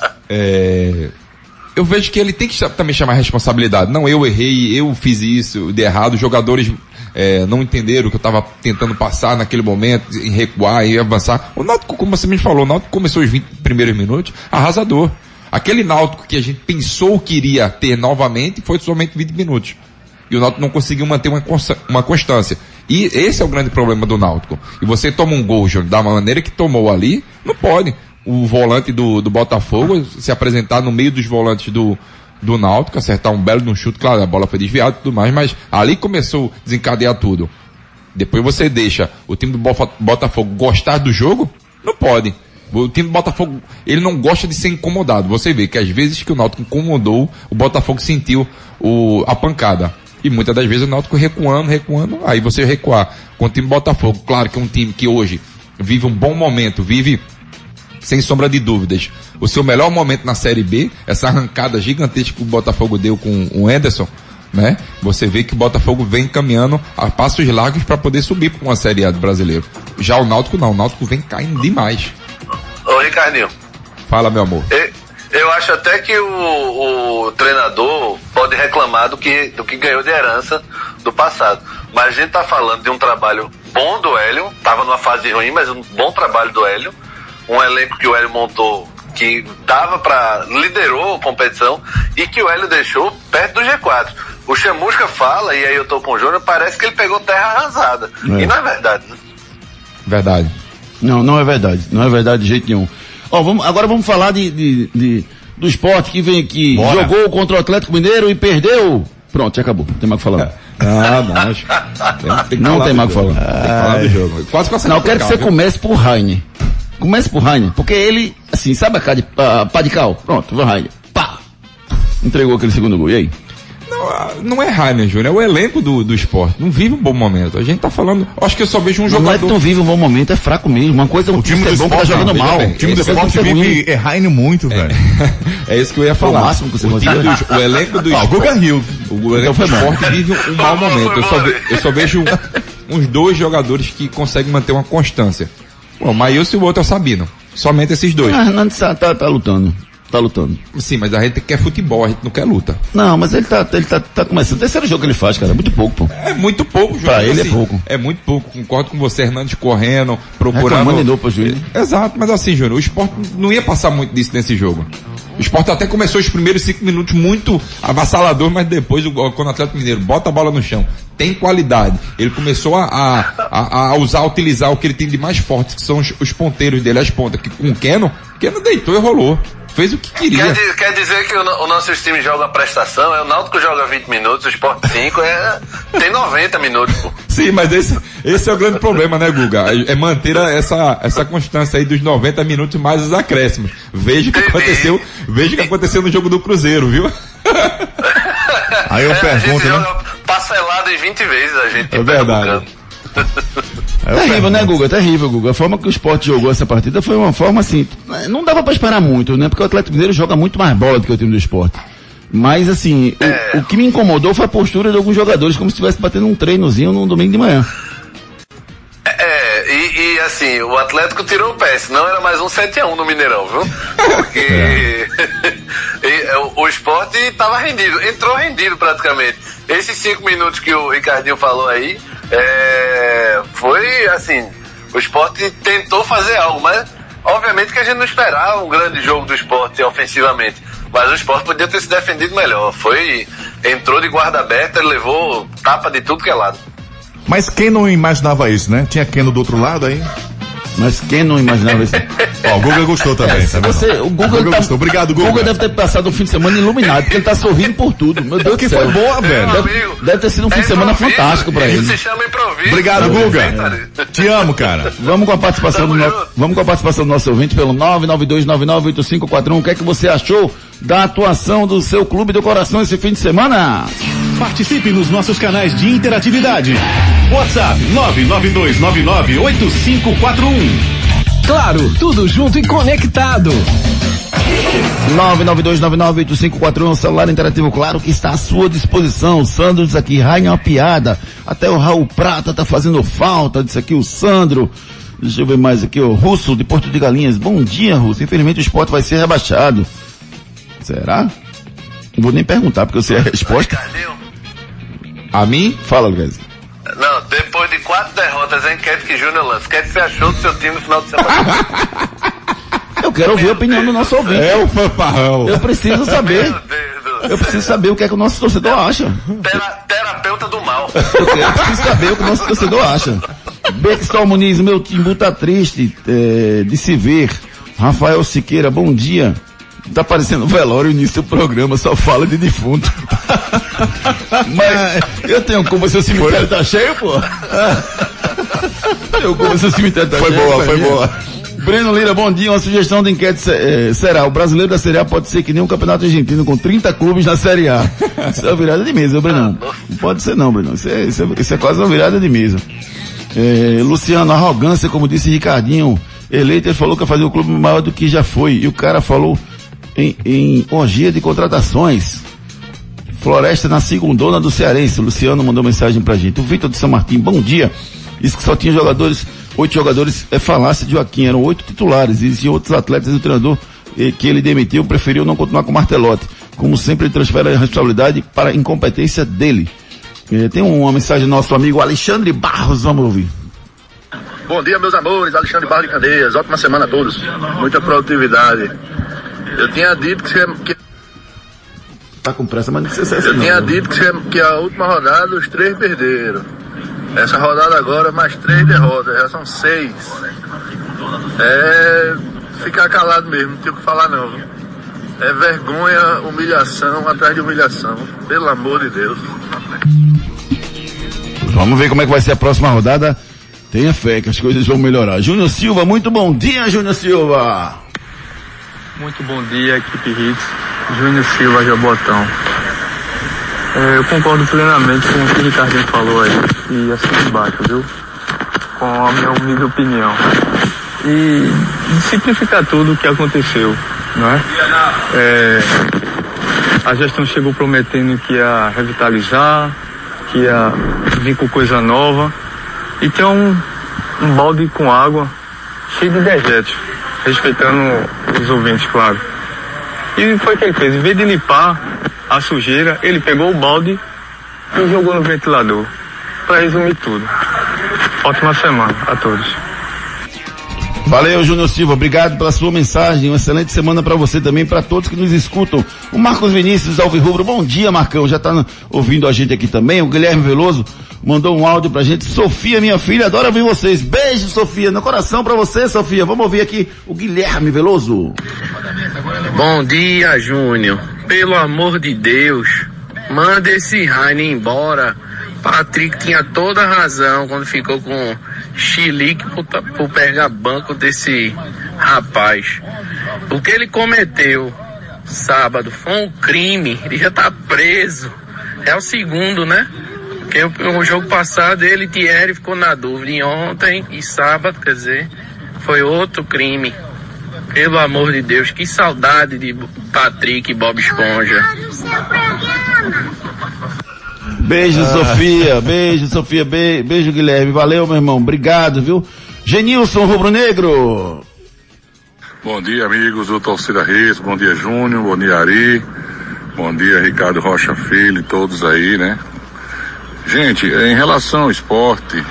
é, eu vejo que ele tem que também chamar a responsabilidade. Não, eu errei, eu fiz isso de errado, os jogadores é, não entenderam o que eu estava tentando passar naquele momento, em recuar e avançar. O Náutico, como você me falou, o Náutico começou os vinte primeiros minutos arrasador. Aquele Náutico que a gente pensou que iria ter novamente foi somente vinte minutos. E o Náutico não conseguiu manter uma, uma constância. E esse é o grande problema do Náutico. E você toma um gol, Júnior, da maneira que tomou ali, não pode. O volante do, do Botafogo se apresentar no meio dos volantes do, do Náutico, acertar um belo no chute, claro, a bola foi desviada e tudo mais, mas ali começou a desencadear tudo. Depois você deixa o time do Botafogo gostar do jogo? Não pode. O time do Botafogo, ele não gosta de ser incomodado. Você vê que às vezes que o Náutico incomodou, o Botafogo sentiu o, a pancada. E muitas das vezes o Náutico recuando, recuando, aí você recuar com o time do Botafogo. Claro que é um time que hoje vive um bom momento, vive, sem sombra de dúvidas, o seu melhor momento na Série B, essa arrancada gigantesca que o Botafogo deu com o Anderson, né? Você vê que o Botafogo vem caminhando a passos largos para poder subir para uma Série A do brasileiro. Já o Náutico não, o Náutico vem caindo demais. Ô Ricardinho. Fala, meu amor. E... Eu acho até que o, o treinador pode reclamar do que, do que ganhou de herança do passado. Mas a gente tá falando de um trabalho bom do Hélio, tava numa fase ruim, mas um bom trabalho do Hélio. Um elenco que o Hélio montou, que dava pra, liderou a competição e que o Hélio deixou perto do G quatro. O Chamusca fala, e aí eu tô com o Júnior, parece que ele pegou terra arrasada. É. E não é verdade, né? Verdade. Não, não é verdade. Não é verdade de jeito nenhum. Ó, vamos, agora vamos falar de, de, de, do esporte que vem aqui. Bora. Jogou contra o Atlético Mineiro e perdeu. Pronto, já acabou. Não tem mais o que falar. Ah, não. Tem, tem não tem mais o que falar. Tem que falar do jogo. Quase quase não, eu quero que você viu? comece por Rainer. Comece por Rainer. Porque ele, assim, sabe a, de, a pá de cal? Pronto, vai Rainer. Pá! Entregou aquele segundo gol. E aí? Não, não é Rainer, Júnior, é o elenco do, do esporte. Não vive um bom momento. A gente tá falando, acho que eu só vejo um não jogador. Não é que não vive um bom momento, é fraco mesmo. Uma coisa, o time do é bom que tá jogando não, mal. Bem, o time do esporte vive é Rainer muito, velho. É, é isso que eu ia falar. O máximo que você o, time do, o elenco do ah, esporte. O Guga Rio. O elenco do esporte vive um, um mau momento. Eu só, ve, eu só vejo uns dois jogadores que conseguem manter uma constância. Bom, o Maílson e o outro é o Sabino. Somente esses dois. Ah, Hernandes tá, tá, tá lutando. Tá lutando. Sim, mas a gente quer futebol, a gente não quer luta. Não, mas ele tá, ele tá, tá começando. O terceiro jogo que ele faz, cara, é muito pouco, pô. É muito pouco, Júnior. Pra ele assim, é pouco. É muito pouco, concordo com você, Hernandes correndo, procurando. Reclamando pra juiz. Exato, mas assim, Júnior, o Sport não ia passar muito disso nesse jogo. O Sport até começou os primeiros cinco minutos muito avassalador, mas depois, quando o Atlético Mineiro bota a bola no chão, tem qualidade. Ele começou a, a, a usar, a utilizar o que ele tem de mais forte, que são os, os ponteiros dele, as pontas, que com o Keno, o Keno deitou e rolou. Fez o que queria. Quer, quer dizer que o, o nosso time joga a prestação, é o Náutico joga vinte minutos, o Sport cinco, é, tem noventa minutos, pô. Sim, mas esse, esse é o grande problema, né, Guga? É, é manter a, essa, essa constância aí dos noventa minutos mais os acréscimos. Veja o que aconteceu, veja o que aconteceu no jogo do Cruzeiro, viu? Aí eu é, pergunto, a gente né? joga parcelado em vinte vezes, a gente. É verdade. É terrível, né, Guga? Terrível, Guga. A forma que o Sport jogou essa partida foi uma forma assim, não dava pra esperar muito, né? Porque o Atlético Mineiro joga muito mais bola do que o time do Sport. Mas assim, é. o, o que me incomodou foi a postura de alguns jogadores, como se estivesse batendo um treinozinho num domingo de manhã. É, e, e assim, o Atlético tirou o pé, senão era mais um sete a um no Mineirão, viu? Porque é. e, o, o Sport estava rendido, entrou rendido praticamente. Esses cinco minutos que o Ricardinho falou aí, é, foi assim, o Sport tentou fazer algo, mas obviamente que a gente não esperava um grande jogo do Sport ofensivamente, mas o Sport podia ter se defendido melhor. Foi, entrou de guarda aberta, ele levou tapa de tudo que é lado. Mas quem não imaginava isso, né? Tinha Keno do outro lado aí. Mas quem não imaginava isso? Ó, o Guga gostou também. É, você, o Guga, Guga tá, gostou. Obrigado, Guga. O Guga deve ter passado um fim de semana iluminado, porque ele tá sorrindo por tudo. Meu Deus do céu. Que foi boa, velho. Deve, deve ter sido um fim de semana fantástico pra ele. Isso se chama improviso. Obrigado, Guga. É. Te amo, cara. Vamos com a participação do nosso, vamos com a participação do nosso ouvinte pelo nove nove dois nove nove oito cinco quatro um. O que é que você achou da atuação do seu clube do coração esse fim de semana? Participe nos nossos canais de interatividade. WhatsApp nove nove dois nove nove oito cinco quatro um. Claro, tudo junto e conectado. nove nove dois nove nove oito cinco quatro um, celular interativo, claro que está à sua disposição. O Sandro diz aqui, rainha é uma piada. Até o Raul Prata tá fazendo falta, disse aqui o Sandro. Deixa eu ver mais aqui, o Russo de Porto de Galinhas. Bom dia, Russo. Infelizmente o Sport vai ser rebaixado. Será? Não vou nem perguntar, porque eu sei a resposta. A mim? Fala, Luiz. Não, depois de quatro derrotas, a enquete que Júnior lança. O que é que você achou do seu time no final de semana? Eu quero ouvir a opinião do nosso ouvinte. É o fanfarrão. Eu preciso saber. Eu preciso saber o que é que o nosso torcedor acha. Tera, terapeuta do mal. Eu, quero, eu preciso saber o que o nosso torcedor acha. Bextal Muniz, meu timbu tá triste é, de se ver. Rafael Siqueira, bom dia. Tá parecendo velório o início do programa, só fala de defunto. Mas eu tenho como, seu cemitério tá cheio, pô? Eu como, seu cemitério tá foi cheio. Foi boa, foi boa. Breno Lira, bom dia. Uma sugestão de enquete é, será: o brasileiro da Série A pode ser que nem um campeonato argentino com trinta clubes na Série A. Isso é uma virada de mesa, Brenão. Não pode ser não, Brenão. Isso é, isso, é, isso é quase uma virada de mesa. É, Luciano, arrogância, como disse Ricardinho. Eleiter falou que ia fazer o clube maior do que já foi. E o cara falou em, em orgia de contratações. Floresta na segundona do Cearense. O Luciano mandou mensagem pra gente. O Vitor de São Martim, bom dia. Isso que só tinha jogadores, oito jogadores, é falácia de Joaquim, eram oito titulares. Existiam outros atletas e o treinador eh, que ele demitiu preferiu não continuar com o Martelotti. Como sempre, ele transfere a responsabilidade para a incompetência dele. Eh, tem uma mensagem do nosso amigo Alexandre Barros, vamos ouvir. Bom dia, meus amores, Alexandre Barros de Candeias, ótima semana a todos, muita produtividade. Eu tinha dito que... Tá com pressa, mas não precisa ser assim. Eu não, tinha não. dito que, que a última rodada os três perderam. Essa rodada agora, mais três derrotas, já são seis. É ficar calado mesmo, não tem o que falar não. É vergonha, humilhação, atrás de humilhação. Pelo amor de Deus. Vamos ver como é que vai ser a próxima rodada. Tenha fé que as coisas vão melhorar. Júnior Silva, muito bom dia, Júnior Silva. Muito bom dia, equipe Hits. Júnior Silva, Jabotão. É, eu concordo plenamente com o que o Ricardinho falou aí, e assim embaixo, viu? Com a minha humilde opinião. E de simplificar tudo o que aconteceu, não é? É, a gestão chegou prometendo que ia revitalizar, que ia vir com coisa nova, e tem um, um balde com água cheio de dejetos, respeitando os ouvintes, claro. E foi o que ele fez, em vez de limpar a sujeira, ele pegou o balde e jogou no ventilador. Para resumir tudo. Ótima semana a todos. Valeu, Júnior Silva, obrigado pela sua mensagem, uma excelente semana para você também, para todos que nos escutam. O Marcos Vinícius Alvirrubro, bom dia, Marcão, já tá no, ouvindo a gente aqui também. O Guilherme Veloso mandou um áudio pra gente. Sofia, minha filha, adora ouvir vocês. Beijo, Sofia, no coração pra você, Sofia. Vamos ouvir aqui o Guilherme Veloso. Bom dia, Júnior. Pelo amor de Deus, manda esse Raine embora. Patrick tinha toda a razão quando ficou com chilique por pegar banco desse rapaz. O que ele cometeu sábado foi um crime, ele já tá preso. É o segundo, né? Porque o, o jogo passado ele e Thierry ficou na dúvida. E ontem e sábado, quer dizer, foi outro crime. Pelo amor de Deus, que saudade de Patrick e Bob Esponja. Beijo, ah. Sofia, beijo, Sofia, be, beijo, Guilherme, valeu, meu irmão, obrigado, viu? Genilson Rubro Negro. Bom dia, amigos do Torcida Hits, bom dia, Júnior, bom dia, Ari, bom dia, Ricardo Rocha Filho e todos aí, né? Gente, em relação ao esporte,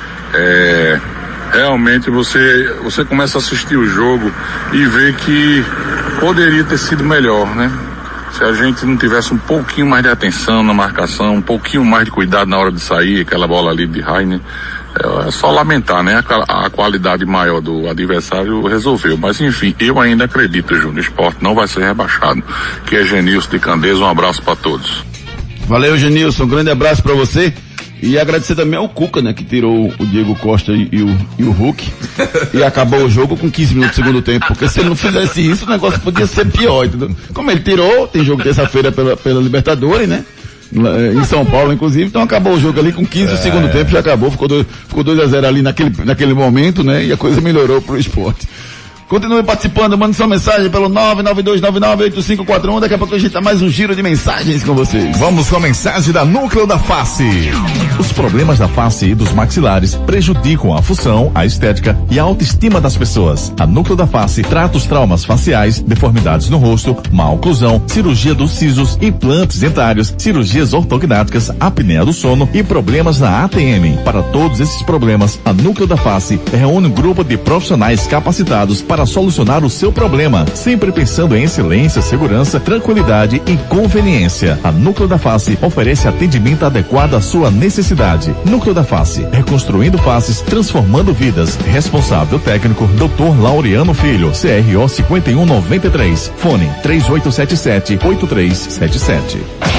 é, realmente você, você começa a assistir o jogo e vê que poderia ter sido melhor, né? Se a gente não tivesse um pouquinho mais de atenção na marcação, um pouquinho mais de cuidado na hora de sair, aquela bola ali de Rainer, é só lamentar, né? A, a qualidade maior do adversário resolveu. Mas enfim, eu ainda acredito, Júnior, o esporte não vai ser rebaixado. Que é Genilson de Candeias, um abraço para todos. Valeu, Genilson, um grande abraço para você. E agradecer também ao Cuca, né, que tirou o Diego Costa e, e, o, e o Hulk e acabou o jogo com quinze minutos do segundo tempo, porque se ele não fizesse isso, o negócio podia ser pior, entendeu? Como ele tirou, tem jogo terça-feira pela, pela Libertadores, né, em São Paulo, inclusive, então acabou o jogo ali com quinze do é. segundo tempo, já acabou, ficou dois, ficou dois a zero ali naquele, naquele momento, né, e a coisa melhorou pro esporte. Continue participando, mande sua mensagem pelo nove nove dois nove nove oito cinco quatro um. Daqui a pouco a gente tá mais um giro de mensagens com vocês. Vamos com a mensagem da Núcleo da Face. Os problemas da face e dos maxilares prejudicam a função, a estética e a autoestima das pessoas. A Núcleo da Face trata os traumas faciais, deformidades no rosto, má oclusão, cirurgia dos sisos, implantes dentários, cirurgias ortognáticas, apneia do sono e problemas na A T M. Para todos esses problemas, a Núcleo da Face reúne um grupo de profissionais capacitados para para solucionar o seu problema, sempre pensando em excelência, segurança, tranquilidade e conveniência. A Núcleo da Face oferece atendimento adequado à sua necessidade. Núcleo da Face, reconstruindo faces, transformando vidas. Responsável técnico, doutor Laureano Filho, C R O cinquenta e um noventa e três. Fone três oito sete sete oito três sete sete.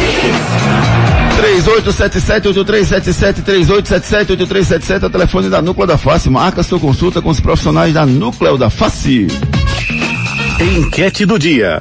três oito sete sete oito três sete sete, três oito sete sete oito três sete sete é o telefone da Núcleo da Face. Marca sua consulta com os profissionais da Núcleo da Face. Enquete do dia.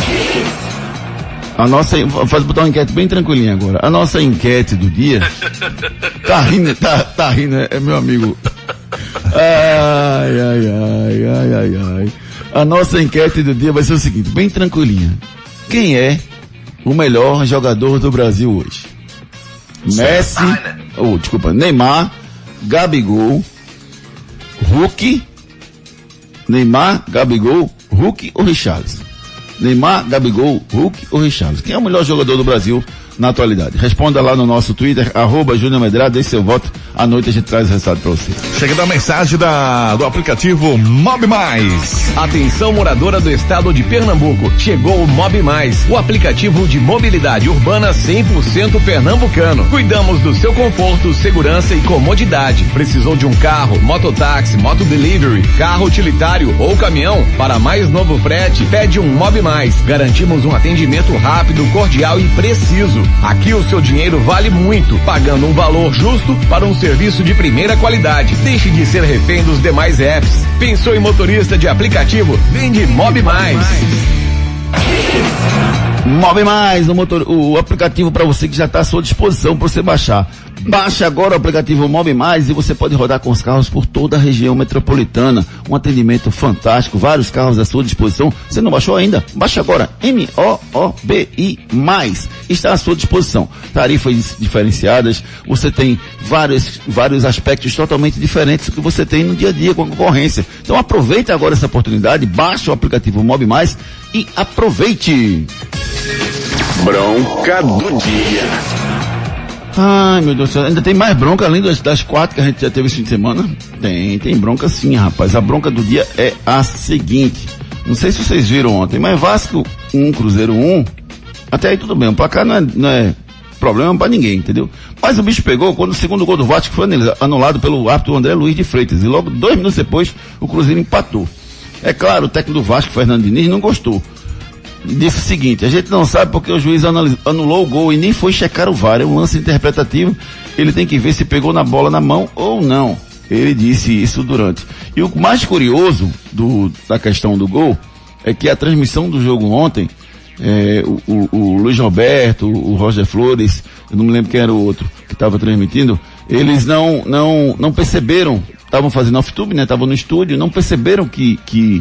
A nossa, faz botar uma enquete bem tranquilinha agora. A nossa enquete do dia, tá rindo, tá, tá rindo, é meu amigo. Ai, ai, ai, ai, ai, ai. A nossa enquete do dia vai ser o seguinte, bem tranquilinha. Quem é o melhor jogador do Brasil hoje? Messi, oh, desculpa, Neymar, Gabigol, Hulk, Neymar, Gabigol, Hulk ou Richarlison? Neymar, Gabigol, Hulk ou Richarlison? Quem é o melhor jogador do Brasil na atualidade? Responda lá no nosso Twitter, arroba Júnior Medrado, deixe seu voto. À noite a gente traz o resultado para você. Chega a mensagem da, do aplicativo Mob Mais. Atenção, moradora do estado de Pernambuco. Chegou o Mob Mais, o aplicativo de mobilidade urbana cem por cento pernambucano. Cuidamos do seu conforto, segurança e comodidade. Precisou de um carro, mototáxi, motodelivery, carro utilitário ou caminhão? Para mais novo frete, pede um Mob Mais. Garantimos um atendimento rápido, cordial e preciso. Aqui o seu dinheiro vale muito, pagando um valor justo para um serviço de primeira qualidade. Deixe de ser refém dos demais apps. Pensou em motorista de aplicativo? Vende Mob Mais. Mob Mais, o, motor, o aplicativo para você que já está à sua disposição para você baixar. Baixe agora o aplicativo Mob Mais e você pode rodar com os carros por toda a região metropolitana. Um atendimento fantástico, vários carros à sua disposição. Você não baixou ainda? Baixe agora. M O O B I Mais. Está à sua disposição. Tarifas diferenciadas. Você tem vários, vários aspectos totalmente diferentes do que você tem no dia a dia com a concorrência. Então aproveite agora essa oportunidade. Baixe o aplicativo Mob Mais e aproveite. Bronca do dia. Ai, meu Deus do céu, ainda tem mais bronca além das, das quatro que a gente já teve esse fim de semana? Tem, tem bronca sim, rapaz. A bronca do dia é a seguinte. Não sei se vocês viram ontem, mas Vasco um, Cruzeiro um, até aí tudo bem. O placar não é, não é problema pra ninguém, entendeu? Mas o bicho pegou quando o segundo gol do Vasco foi anulado pelo árbitro André Luiz de Freitas. E logo dois minutos depois, o Cruzeiro empatou. É claro, o técnico do Vasco, Fernando Diniz, não gostou. Disse o seguinte, a gente não sabe porque o juiz anulou o gol e nem foi checar o V A R, é um lance interpretativo, ele tem que ver se pegou na bola na mão ou não. Ele disse isso durante. E o mais curioso do, da questão do gol é que a transmissão do jogo ontem, é, o, o, o Luiz Roberto, o Roger Flores, eu não me lembro quem era o outro que estava transmitindo, eles não, não, não perceberam, estavam fazendo off-tube, né, estavam no estúdio, não perceberam que, que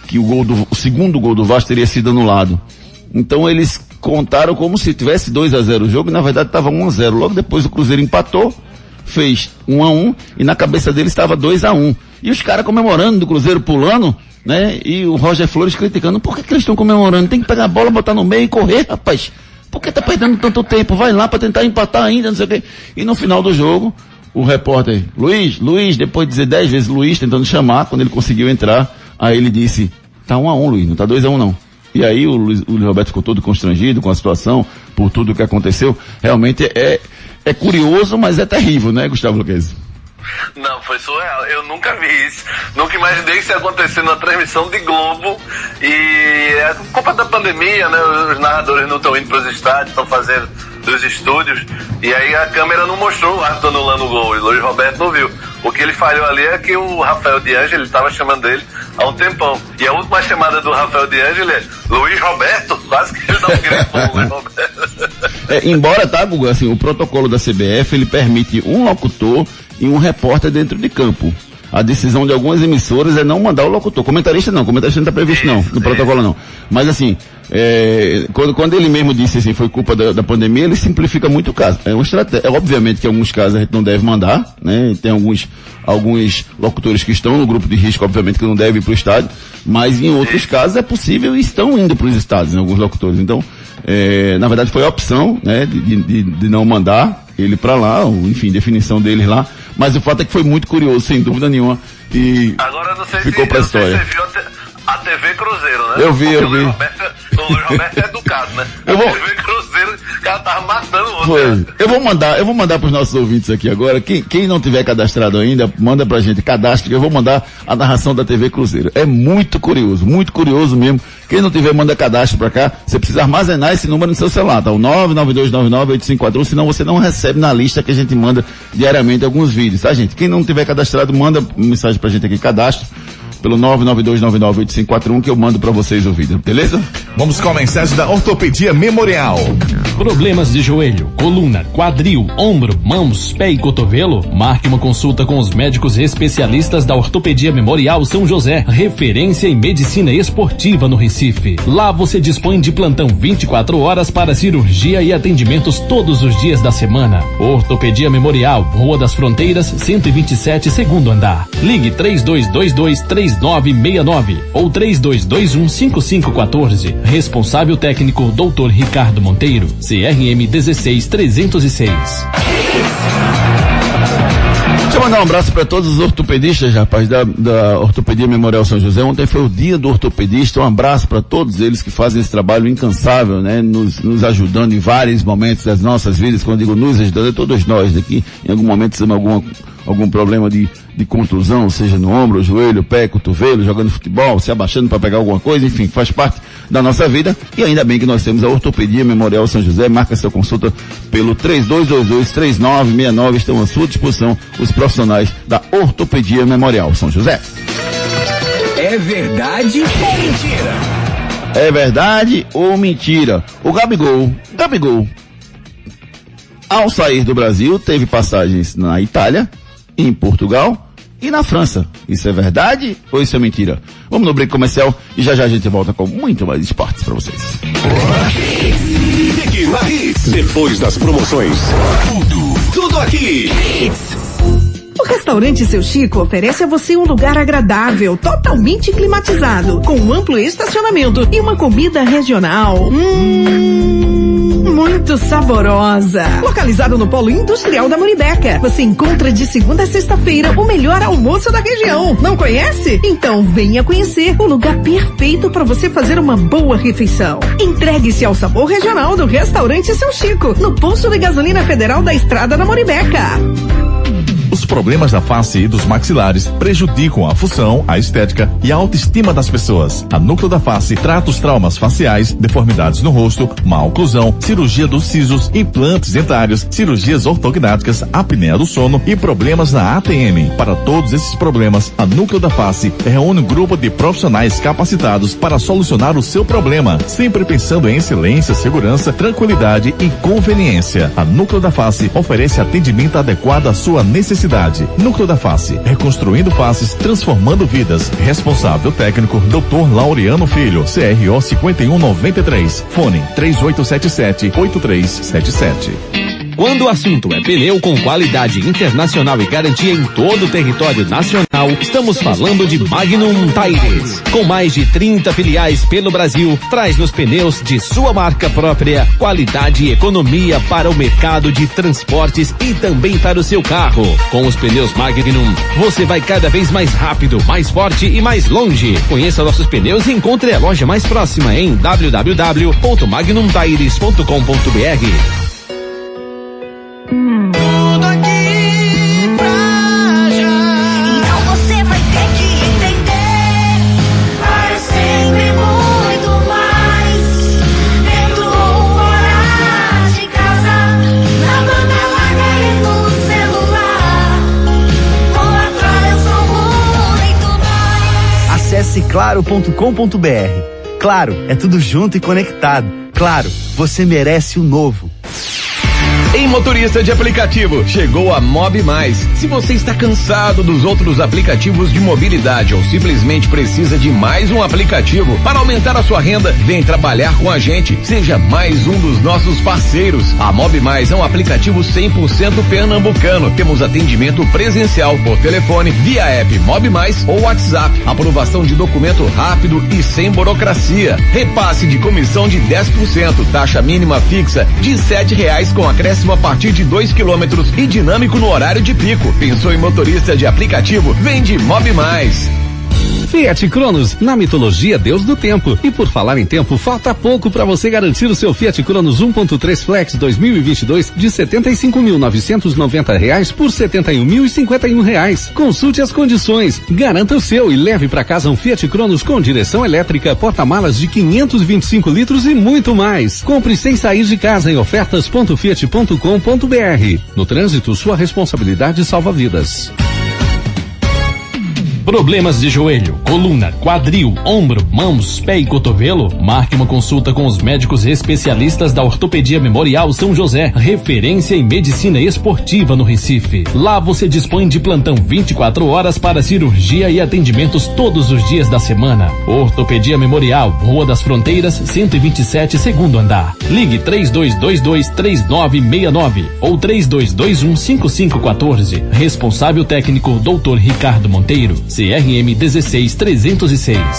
que o gol do, o segundo gol do Vasco teria sido anulado. Então eles contaram como se tivesse dois a zero o jogo, e na verdade estava um a zero. Logo depois o Cruzeiro empatou, fez um a um, e na cabeça deles estava dois a um. E os caras comemorando, do Cruzeiro pulando, né? E o Roger Flores criticando, por que, que eles estão comemorando? Tem que pegar a bola, botar no meio e correr, rapaz. Por que tá perdendo tanto tempo? Vai lá para tentar empatar ainda, não sei o quê. E no final do jogo, o repórter, Luiz, Luiz, depois de dizer dez vezes Luiz, tentando chamar, quando ele conseguiu entrar, aí ele disse, tá um a um, Luiz, não tá dois a um não. E aí o Luiz, o Luiz Roberto ficou todo constrangido com a situação, por tudo que aconteceu. Realmente é, é curioso, mas é terrível, né, Gustavo Luquezzi? Não, foi surreal. Eu nunca vi isso. Nunca imaginei isso acontecer na transmissão de Globo. E é culpa da pandemia, né? Os narradores não estão indo para os estádios, estão fazendo dos estúdios. E aí a câmera não mostrou o árbitro anulando o gol. E o Luiz Roberto não viu. O que ele falhou ali é que o Rafael de Ângelo, ele estava chamando ele há um tempão. E a última chamada do Rafael de Ângelo é Luiz Roberto. Quase que ele dá um grito pro Luiz Roberto. É, embora, tá, Guga, assim, o protocolo da C B F, ele permite um locutor e um repórter dentro de campo. A decisão de algumas emissoras é não mandar o locutor. Comentarista não, comentarista não está previsto não, no protocolo não. Mas assim, é, quando, quando ele mesmo disse assim, foi culpa da, da pandemia, ele simplifica muito o caso. É uma estratégia, é, obviamente que em alguns casos a gente não deve mandar, né? Tem alguns, alguns locutores que estão no grupo de risco, obviamente que não devem ir para o estádio, mas em outros casos é possível e estão indo para os estádios, né, alguns locutores. Então, é, na verdade foi a opção, né, de, de, de não mandar ele para lá, enfim, definição deles lá, mas o fato é que foi muito curioso, sem dúvida nenhuma, e agora, não sei ficou se, para a história. Você viu a, te, a T V Cruzeiro, né? Eu vi, Porque eu vi. O Roberto, o Luiz Roberto é educado, né? A Eu vou... T V Cruzeiro, o cara tava matando o outro. Foi. Né? Eu vou mandar, eu vou mandar para os nossos ouvintes aqui agora, quem, quem não tiver cadastrado ainda, manda pra gente, cadastre, que eu vou mandar a narração da T V Cruzeiro. É muito curioso, muito curioso mesmo. Quem não tiver, manda cadastro pra cá. Você precisa armazenar esse número no seu celular, tá? O nove nove dois nove nove oito cinco quatro um, senão você não recebe na lista que a gente manda diariamente alguns vídeos, tá, gente? Quem não tiver cadastrado, manda mensagem pra gente aqui, cadastro, pelo nove nove dois nove nove oito cinco quatro um, que eu mando pra vocês o vídeo, beleza? Vamos com a mensagem da Ortopedia Memorial. Problemas de joelho, coluna, quadril, ombro, mãos, pé e cotovelo? Marque uma consulta com os médicos especialistas da Ortopedia Memorial São José, referência em medicina esportiva no Recife. Lá você dispõe de plantão vinte e quatro horas para cirurgia e atendimentos todos os dias da semana. Ortopedia Memorial, Rua das Fronteiras, cento e vinte e sete, segundo andar. Ligue três dois dois dois, três nove seis nove ou três dois dois um, cinco cinco um quatro. Responsável técnico doutor Ricardo Monteiro, C R M um seis trezentos e seis. Deixa eu mandar um abraço para todos os ortopedistas, rapaz, da, da Ortopedia Memorial São José. Ontem foi o dia do ortopedista. Um abraço para todos eles que fazem esse trabalho incansável, né? Nos, nos ajudando em vários momentos das nossas vidas. Quando eu digo nos ajudando, é todos nós aqui. Em algum momento temos alguma, algum problema de, de contusão, seja no ombro, joelho, pé, cotovelo, jogando futebol, se abaixando para pegar alguma coisa, enfim, faz parte da nossa vida. E ainda bem que nós temos a Ortopedia Memorial São José. Marca sua consulta pelo três dois dois dois, três nove seis nove. Estão à sua disposição os profissionais da Ortopedia Memorial São José. É verdade ou mentira? É verdade ou mentira? O Gabigol, Gabigol, ao sair do Brasil, teve passagens na Itália, em Portugal e na França. Isso é verdade ou isso é mentira? Vamos no break comercial e já já a gente volta com muito mais esportes para vocês. Fique na Hits. Depois das promoções, tudo, tudo aqui. O restaurante Seu Chico oferece a você um lugar agradável, totalmente climatizado, com um amplo estacionamento e uma comida regional. Hum, muito saborosa. Localizado no Polo Industrial da Muribeca, você encontra de segunda a sexta-feira o melhor almoço da região. Não conhece? Então venha conhecer o lugar perfeito para você fazer uma boa refeição. Entregue-se ao sabor regional do restaurante Seu Chico, no posto de gasolina federal da Estrada da Muribeca. Os problemas da face e dos maxilares prejudicam a função, a estética e a autoestima das pessoas. A Núcleo da Face trata os traumas faciais, deformidades no rosto, má oclusão, cirurgia dos sisos, implantes dentários, cirurgias ortognáticas, apneia do sono e problemas na A T M. Para todos esses problemas, a Núcleo da Face reúne um grupo de profissionais capacitados para solucionar o seu problema, sempre pensando em excelência, segurança, tranquilidade e conveniência. A Núcleo da Face oferece atendimento adequado à sua necessidade. cidade. Núcleo da Face, reconstruindo faces, transformando vidas. Responsável técnico, doutor Laureano Filho, C R O cinquenta e um noventa e três. Fone três oito sete sete, oito três sete sete. Quando o assunto é pneu com qualidade internacional e garantia em todo o território nacional, estamos falando de Magnum Tires. Com mais de trinta filiais pelo Brasil, traz-nos pneus de sua marca própria, qualidade e economia para o mercado de transportes e também para o seu carro. Com os pneus Magnum, você vai cada vez mais rápido, mais forte e mais longe. Conheça nossos pneus e encontre a loja mais próxima em w w w ponto magnum tires ponto com ponto b r. Tudo aqui pra já. Então você vai ter que entender. Vai sempre muito mais. Dentro ou fora de casa. Na banda larga e no celular. Com a Claro eu sou muito mais. Acesse claro ponto com ponto b r. Claro, é tudo junto e conectado. Claro, você merece o novo. Em motorista de aplicativo, chegou a Mob Mais. Se você está cansado dos outros aplicativos de mobilidade ou simplesmente precisa de mais um aplicativo para aumentar a sua renda, vem trabalhar com a gente. Seja mais um dos nossos parceiros. A Mob Mais é um aplicativo cem por cento pernambucano. Temos atendimento presencial por telefone, via app Mob Mais ou WhatsApp. Aprovação de documento rápido e sem burocracia. Repasse de comissão de dez por cento. Taxa mínima fixa de sete reais com acréscimo a partir de dois quilômetros e dinâmico no horário de pico. Pensou em motorista de aplicativo? Vem de Mob Mais. Fiat Cronos, na mitologia Deus do Tempo. E por falar em tempo, falta pouco para você garantir o seu Fiat Cronos um ponto três Flex dois mil e vinte e dois de setenta e cinco mil novecentos e noventa reais por setenta e um mil e cinquenta e um reais. Consulte as condições, garanta o seu e leve para casa um Fiat Cronos com direção elétrica, porta-malas de quinhentos e vinte e cinco litros e muito mais. Compre sem sair de casa em ofertas ponto fiat ponto com ponto b r. No trânsito, sua responsabilidade salva vidas. Problemas de joelho, coluna, quadril, ombro, mãos, pé e cotovelo? Marque uma consulta com os médicos especialistas da Ortopedia Memorial São José, referência em medicina esportiva no Recife. Lá você dispõe de plantão vinte e quatro horas para cirurgia e atendimentos todos os dias da semana. Ortopedia Memorial, Rua das Fronteiras, cento e vinte e sete, segundo andar. Ligue três dois dois dois, três nove seis nove ou três dois dois um, cinco cinco um quatro. Responsável técnico doutor Ricardo Monteiro. C R M dezesseis trezentos e seis.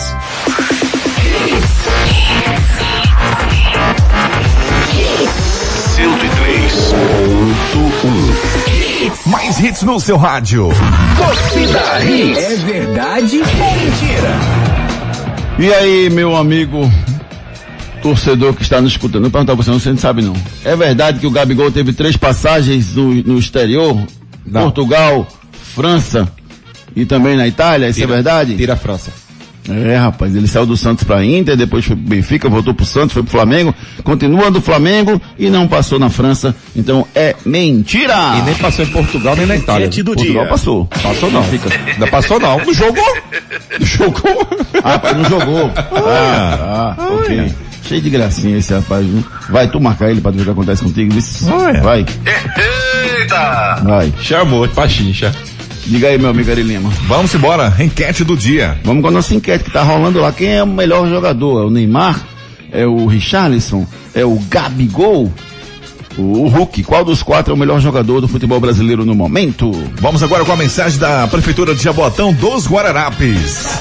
cento e três ponto um. Mais hits no seu rádio. Torcida Hits. É verdade ou mentira? E aí, meu amigo torcedor que está nos escutando, eu perguntar pra você, você não sabe não. É verdade que o Gabigol teve três passagens no, no exterior? Não. Portugal, França e também na Itália, isso tira, é verdade? Tira a França. É, rapaz, ele saiu do Santos pra Inter, depois foi pro Benfica, voltou pro Santos, foi pro Flamengo, continua do Flamengo e não passou na França, então é mentira! E nem passou em Portugal nem na Itália. Do Portugal dia. passou. Passou não. Fica. Ainda passou não. Não jogou? Jogou? Ah, rapaz, não jogou. Ah, ah, ok. Cheio de gracinha esse rapaz, viu? Vai, tu marcar ele pra ver o que acontece contigo, viu? Vai. Eita! Vai. Chamou, pachincha. Diga aí, meu amigo Ari Lima. Vamos embora, enquete do dia. Vamos com a nossa enquete que tá rolando lá. Quem é o melhor jogador? É o Neymar? É o Richarlison? É o Gabigol? O Hulk? Qual dos quatro é o melhor jogador do futebol brasileiro no momento? Vamos agora com a mensagem da Prefeitura de Jaboatão dos Guararapes.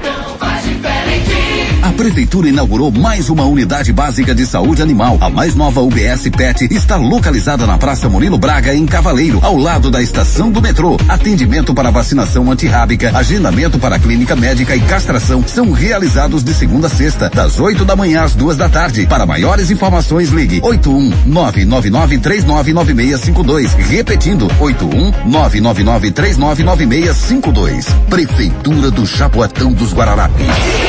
A Prefeitura inaugurou mais uma unidade básica de saúde animal. A mais nova U B S Pet está localizada na Praça Murilo Braga, em Cavaleiro, ao lado da estação do metrô. Atendimento para vacinação antirrábica, agendamento para clínica médica e castração são realizados de segunda a sexta, das oito da manhã às duas da tarde. Para maiores informações, ligue oito um nove nove nove três nove nove seis cinco dois. Repetindo, oito um nove nove nove três nove nove seis cinco dois. Prefeitura do Jaboatão dos Guararapes.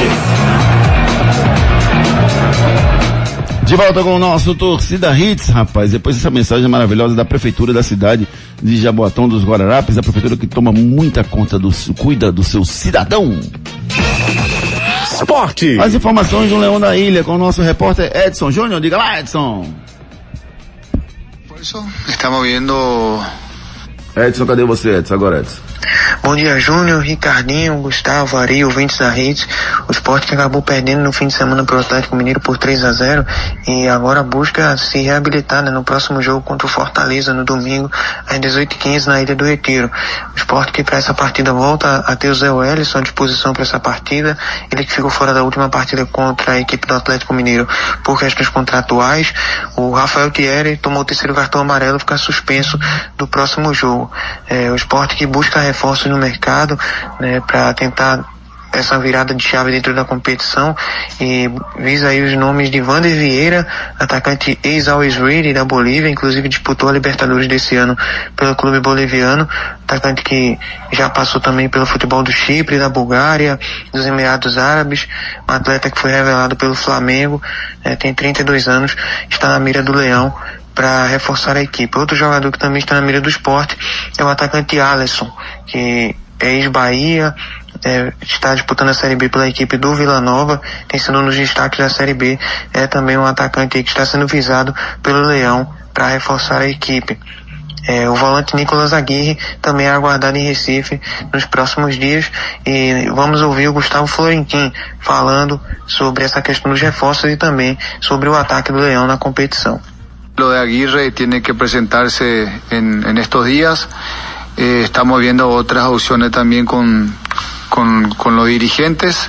De volta com o nosso Torcida Hits, rapaz. Depois dessa mensagem maravilhosa da Prefeitura da cidade de Jaboatão dos Guararapes, a Prefeitura que toma muita conta do, cuida do seu cidadão. Esporte. As informações do Leão da Ilha com o nosso repórter Edson Júnior. Diga lá, Edson. Por isso, estamos vendo Edson, cadê você, Edson? Agora, Edson. Bom dia, Júnior, Ricardinho, Gustavo, Ari, ouvintes da Rede. O Sport que acabou perdendo no fim de semana pro Atlético Mineiro por três a zero e agora busca se reabilitar, né, no próximo jogo contra o Fortaleza no domingo às dezoito e quinze na Ilha do Retiro. O Sport que para essa partida volta a ter o Zé Wellison à disposição para essa partida, ele que ficou fora da última partida contra a equipe do Atlético Mineiro por questões contratuais. O Rafael Thierry tomou o terceiro cartão amarelo e fica suspenso do próximo jogo. É, o Sport que busca reforços no mercado, né, para tentar essa virada de chave dentro da competição e visa aí os nomes de Vander Vieira, atacante ex-Always Ready da Bolívia, inclusive disputou a Libertadores desse ano pelo clube boliviano, atacante que já passou também pelo futebol do Chipre, da Bulgária, dos Emirados Árabes, um atleta que foi revelado pelo Flamengo, né, tem trinta e dois anos, está na mira do Leão para reforçar a equipe. Outro jogador que também está na mira do Sport é o atacante Alisson, que é ex-Bahia, é, está disputando a Série B pela equipe do Vila Nova, tem sido um dos destaques da Série B, é também um atacante que está sendo visado pelo Leão para reforçar a equipe. É, o volante Nicolas Aguirre também é aguardado em Recife nos próximos dias e vamos ouvir o Gustavo Florentin falando sobre essa questão dos reforços e também sobre o ataque do Leão na competição. Lo de Aguirre tiene que presentarse en, en estos días. Eh, estamos viendo otras opciones también con, con, con los dirigentes.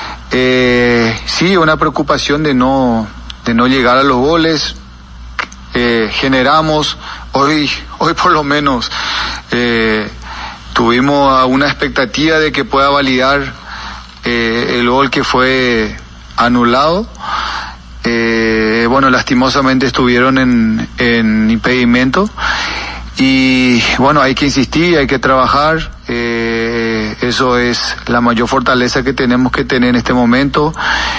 Eh, sí, una preocupación de no, de no llegar a los goles. Eh, generamos, hoy, hoy por lo menos, eh, tuvimos una expectativa de que pueda validar eh, el gol que fue anulado. Eh, bueno, lastimosamente estuvieron en, en impedimento y bueno, hay que insistir, hay que trabajar, eh, eso es la mayor fortaleza que tenemos que tener en este momento,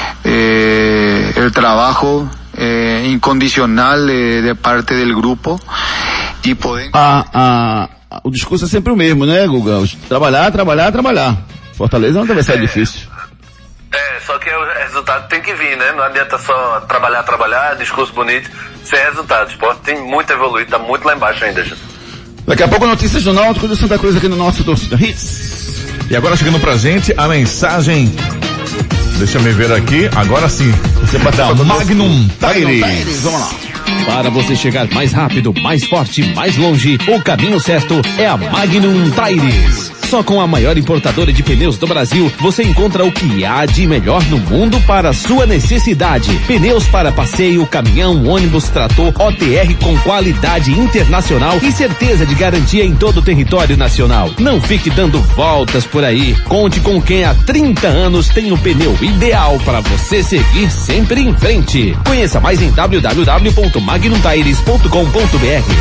eh, el trabajo eh, incondicional de, de parte del grupo e poder... Ah, ah, o discurso é sempre o mesmo, né, Guga? Trabalhar, trabalhar, trabalhar. Fortaleza não deve ser difícil. É, só que o resultado tem que vir, né? Não adianta só trabalhar, trabalhar, discurso bonito, sem resultado. O Sport tem muito evoluído, tá muito lá embaixo ainda, já. Daqui a pouco notícias do Náutico do Santa Cruz aqui no nosso Torcida Hits. E agora chegando pra gente a mensagem, deixa eu ver aqui, agora sim, você vai dar Magnum Tires. Vamos lá. Para você chegar mais rápido, mais forte, mais longe, o caminho certo é a Magnum Tires. Só com a maior importadora de pneus do Brasil, você encontra o que há de melhor no mundo para a sua necessidade. Pneus para passeio, caminhão, ônibus, trator, O T R com qualidade internacional e certeza de garantia em todo o território nacional. Não fique dando voltas por aí. Conte com quem há trinta anos tem o pneu ideal para você seguir sempre em frente. Conheça mais em w w w ponto magnum tires ponto com ponto b r.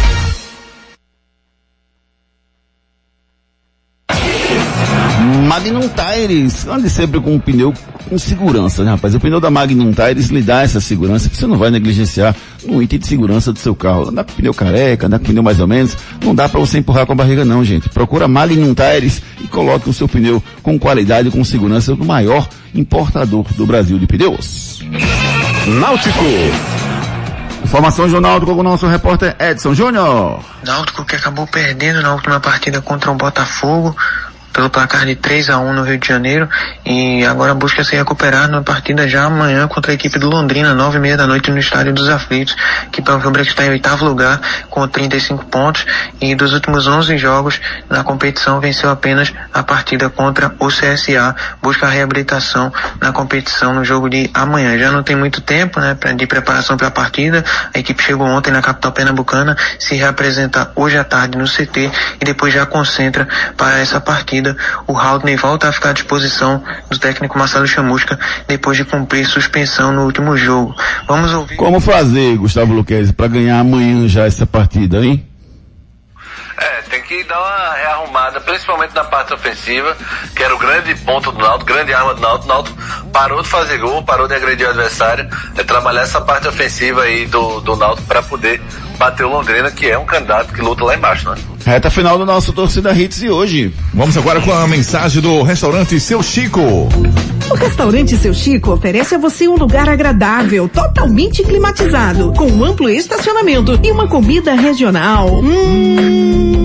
Magnum Tires, ande sempre com um pneu com segurança, né, rapaz? O pneu da Magnum Tires lhe dá essa segurança que você não vai negligenciar no item de segurança do seu carro. Andar com pneu careca, andar com pneu mais ou menos, não dá pra você empurrar com a barriga não, gente. Procura Magnum Tires e coloque o seu pneu com qualidade e com segurança do maior importador do Brasil de pneus. Náutico. Informação do Náutico com o nosso repórter Edson Júnior. Náutico que acabou perdendo na última partida contra o Botafogo pelo placar de três a um no Rio de Janeiro e agora busca se recuperar na partida já amanhã contra a equipe do Londrina, nove e meia da noite no Estádio dos Aflitos, que para o está em oitavo lugar com trinta e cinco pontos e dos últimos onze jogos na competição venceu apenas a partida contra o C S A, busca a reabilitação na competição no jogo de amanhã. Já não tem muito tempo, né, de preparação para a partida, a equipe chegou ontem na capital pernambucana, se reapresenta hoje à tarde no C T e depois já concentra para essa partida. O Haldney volta a ficar à disposição do técnico Marcelo Chamusca depois de cumprir suspensão no último jogo. Vamos ouvir. Como fazer, Gustavo Luquezzi, para ganhar amanhã já essa partida, hein? É, tem que dar uma rearrumada, principalmente na parte ofensiva, que era o grande ponto do Náutico, grande arma do Náutico. O Náutico parou de fazer gol, parou de agredir o adversário, é trabalhar essa parte ofensiva aí do, do Náutico para poder bater o Londrina, que é um candidato que luta lá embaixo, né? Reta final do nosso Torcida Hits de hoje. Vamos agora com a mensagem do restaurante Seu Chico. O restaurante Seu Chico oferece a você um lugar agradável, totalmente climatizado, com um amplo estacionamento e uma comida regional. Hum...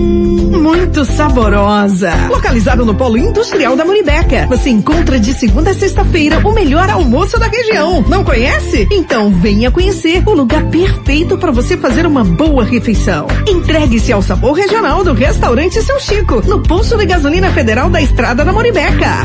muito saborosa. Localizado no Polo Industrial da Muribeca, você encontra de segunda a sexta-feira o melhor almoço da região. Não conhece? Então venha conhecer o lugar perfeito para você fazer uma boa refeição. Entregue-se ao sabor regional do restaurante Seu Chico, no posto de gasolina federal da Estrada da Muribeca.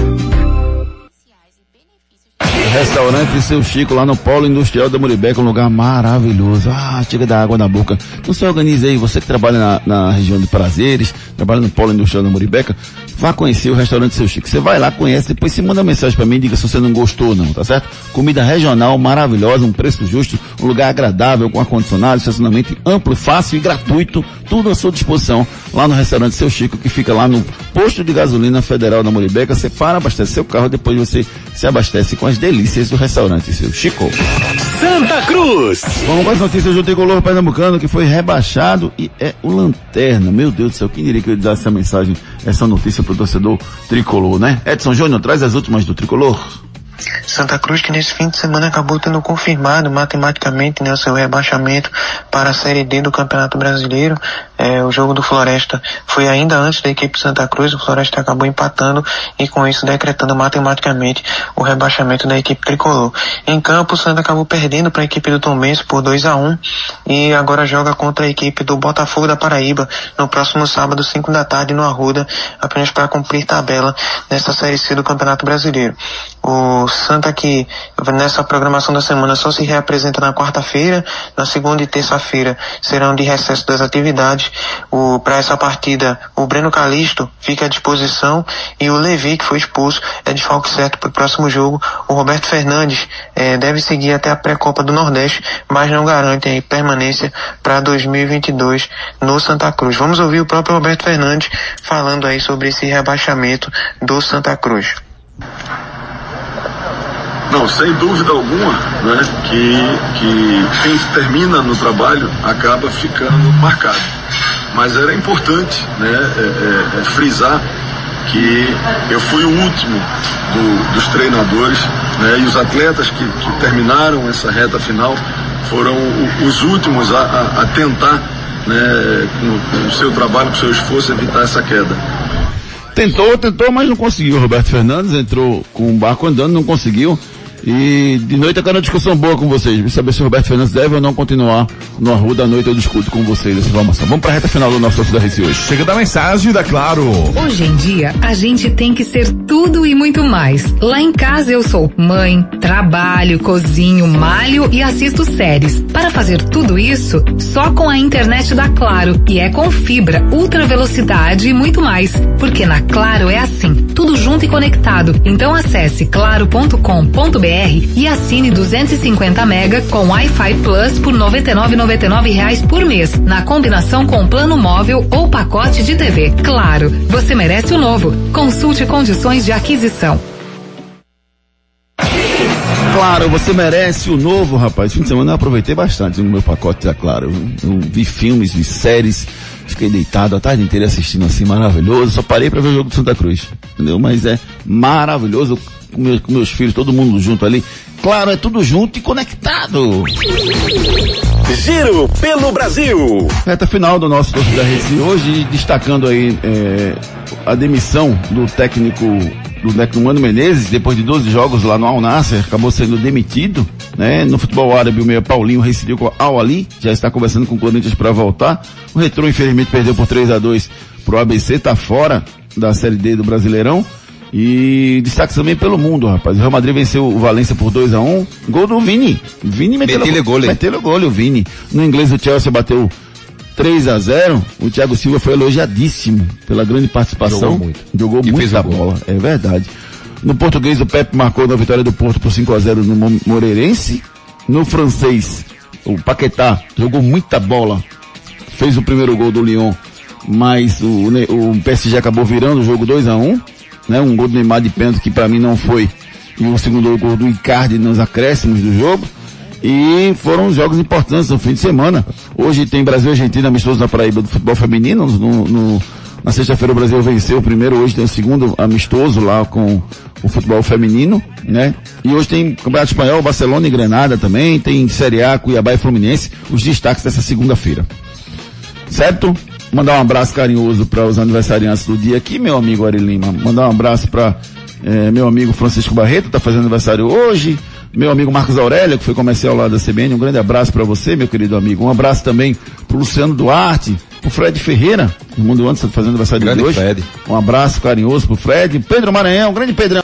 Restaurante Seu Chico, lá no Polo Industrial da Muribeca, um lugar maravilhoso. Ah, chega da água na boca. Então se organize aí, você que trabalha na, na região de Prazeres, trabalha no Polo Industrial da Muribeca, vá conhecer o Restaurante Seu Chico. Você vai lá, conhece, depois você manda mensagem pra mim e diga se você não gostou ou não, tá certo? Comida regional, maravilhosa, um preço justo, um lugar agradável, com ar-condicionado, estacionamento amplo, fácil e gratuito, tudo à sua disposição, lá no Restaurante Seu Chico, que fica lá no posto de gasolina federal da Muribeca. Você para, abastece seu carro, depois você se abastece com as delícias do Restaurante Seu Chico. Santa Cruz. Vamos com as notícias do tricolor pernambucano, que foi rebaixado e é o Lanterna. Meu Deus do céu, quem diria que eu ia dar essa mensagem, essa notícia pro torcedor tricolor, né? Edson Júnior, traz as últimas do tricolor. Santa Cruz, que nesse fim de semana acabou tendo confirmado matematicamente, né, o seu rebaixamento para a Série D do Campeonato Brasileiro. É, o jogo do Floresta foi ainda antes da equipe Santa Cruz. O Floresta acabou empatando e com isso decretando matematicamente o rebaixamento da equipe tricolor. Em campo, o Santa acabou perdendo para a equipe do Tombense por dois a um e agora joga contra a equipe do Botafogo da Paraíba no próximo sábado, cinco da tarde, no Arruda, apenas para cumprir tabela nessa Série C do Campeonato Brasileiro. O Santa, que nessa programação da semana só se reapresenta na quarta-feira, na segunda e terça-feira serão de recesso das atividades. O, para essa partida, o Breno Calixto fica à disposição e o Levi, que foi expulso, é desfalque certo para o próximo jogo. O Roberto Fernandes eh, deve seguir até a pré-copa do Nordeste, mas não garante aí permanência para dois mil e vinte e dois no Santa Cruz. Vamos ouvir o próprio Roberto Fernandes falando aí sobre esse rebaixamento do Santa Cruz. Não, sem dúvida alguma, né, que, que quem termina no trabalho acaba ficando marcado. Mas era importante, né, é, é, é frisar que eu fui o último do, dos treinadores, né, e os atletas que, que terminaram essa reta final foram o, os últimos a, a, a tentar, né, com, com o seu trabalho, com o seu esforço, evitar essa queda. Tentou, tentou, mas não conseguiu. Roberto Fernandes entrou com o barco andando, não conseguiu. E de noite eu quero uma discussão boa com vocês. Vou saber se o Roberto Fernandes deve ou não continuar no Arruda da noite. Eu discuto com vocês essa informação. Vamos para a reta final do nosso Torcida Recife hoje. Chega da mensagem da Claro. Hoje em dia, a gente tem que ser tudo e muito mais. Lá em casa eu sou mãe, trabalho, cozinho, malho e assisto séries. Para fazer tudo isso, só com a internet da Claro. E é com fibra, ultra velocidade e muito mais. Porque na Claro é assim, tudo junto e conectado. Então acesse claro ponto com ponto br e assine duzentos e cinquenta mega com Wi-Fi Plus por noventa e nove reais e noventa e nove reais por mês, na combinação com plano móvel ou pacote de T V. Claro, você merece o novo. Consulte condições de aquisição. Claro, você merece o novo, rapaz. Fim de semana eu aproveitei bastante no meu pacote da Claro. Eu, eu vi filmes, vi séries, fiquei deitado a tarde inteira assistindo assim, maravilhoso. Só parei pra ver o jogo do Santa Cruz, entendeu? Mas é maravilhoso. Com meus, com meus filhos, todo mundo junto ali. Claro, é tudo junto e conectado. Giro pelo Brasil. Reta final do nosso Torcida Recife hoje, destacando aí é, a demissão do técnico do técnico Mano Menezes, depois de doze jogos lá no Al Nassr, acabou sendo demitido, né? No futebol árabe, o meia Paulinho rescindiu com o Al Ali, já está conversando com o Corinthians para voltar. O Retrô, infelizmente, perdeu por três a dois pro A B C, tá fora da Série D do Brasileirão. E destaque também pelo mundo, rapaz. O Real Madrid venceu o Valência por dois a um. Gol do Vini. Vini meteu o gol. Meteu o gol, o Vini. No inglês, o Chelsea bateu três a zero. O Thiago Silva foi elogiadíssimo pela grande participação. Jogou muito. Jogou e muito a bola. É verdade. No português, o Pepe marcou na vitória do Porto por cinco a zero no Moreirense. No francês, o Paquetá jogou muita bola. Fez o primeiro gol do Lyon. Mas o, o P S G acabou virando o jogo dois a um. Né, um gol do Neymar de pênalti que para mim não foi, e o segundo gol do Icardi nos acréscimos do jogo, e foram jogos importantes no fim de semana. Hoje tem Brasil e Argentina amistoso na Paraíba do futebol feminino. No, no, na sexta-feira o Brasil venceu o primeiro, hoje tem o segundo amistoso lá com o futebol feminino, né? E hoje tem Campeonato Espanhol, Barcelona e Granada também, tem Série A, Cuiabá e Fluminense, os destaques dessa segunda-feira. Certo? Mandar um abraço carinhoso para os aniversariantes do dia aqui, meu amigo Ari Lima. Mandar um abraço para eh, meu amigo Francisco Barreto, tá fazendo aniversário hoje. Meu amigo Marcos Aurélio, que foi comercial lá da C B N, um grande abraço para você, meu querido amigo. Um abraço também pro Luciano Duarte, pro Fred Ferreira, o mundo antes tá fazendo aniversário grande de hoje. Fred. Um abraço carinhoso pro Fred. Pedro Maranhão, grande Pedrão.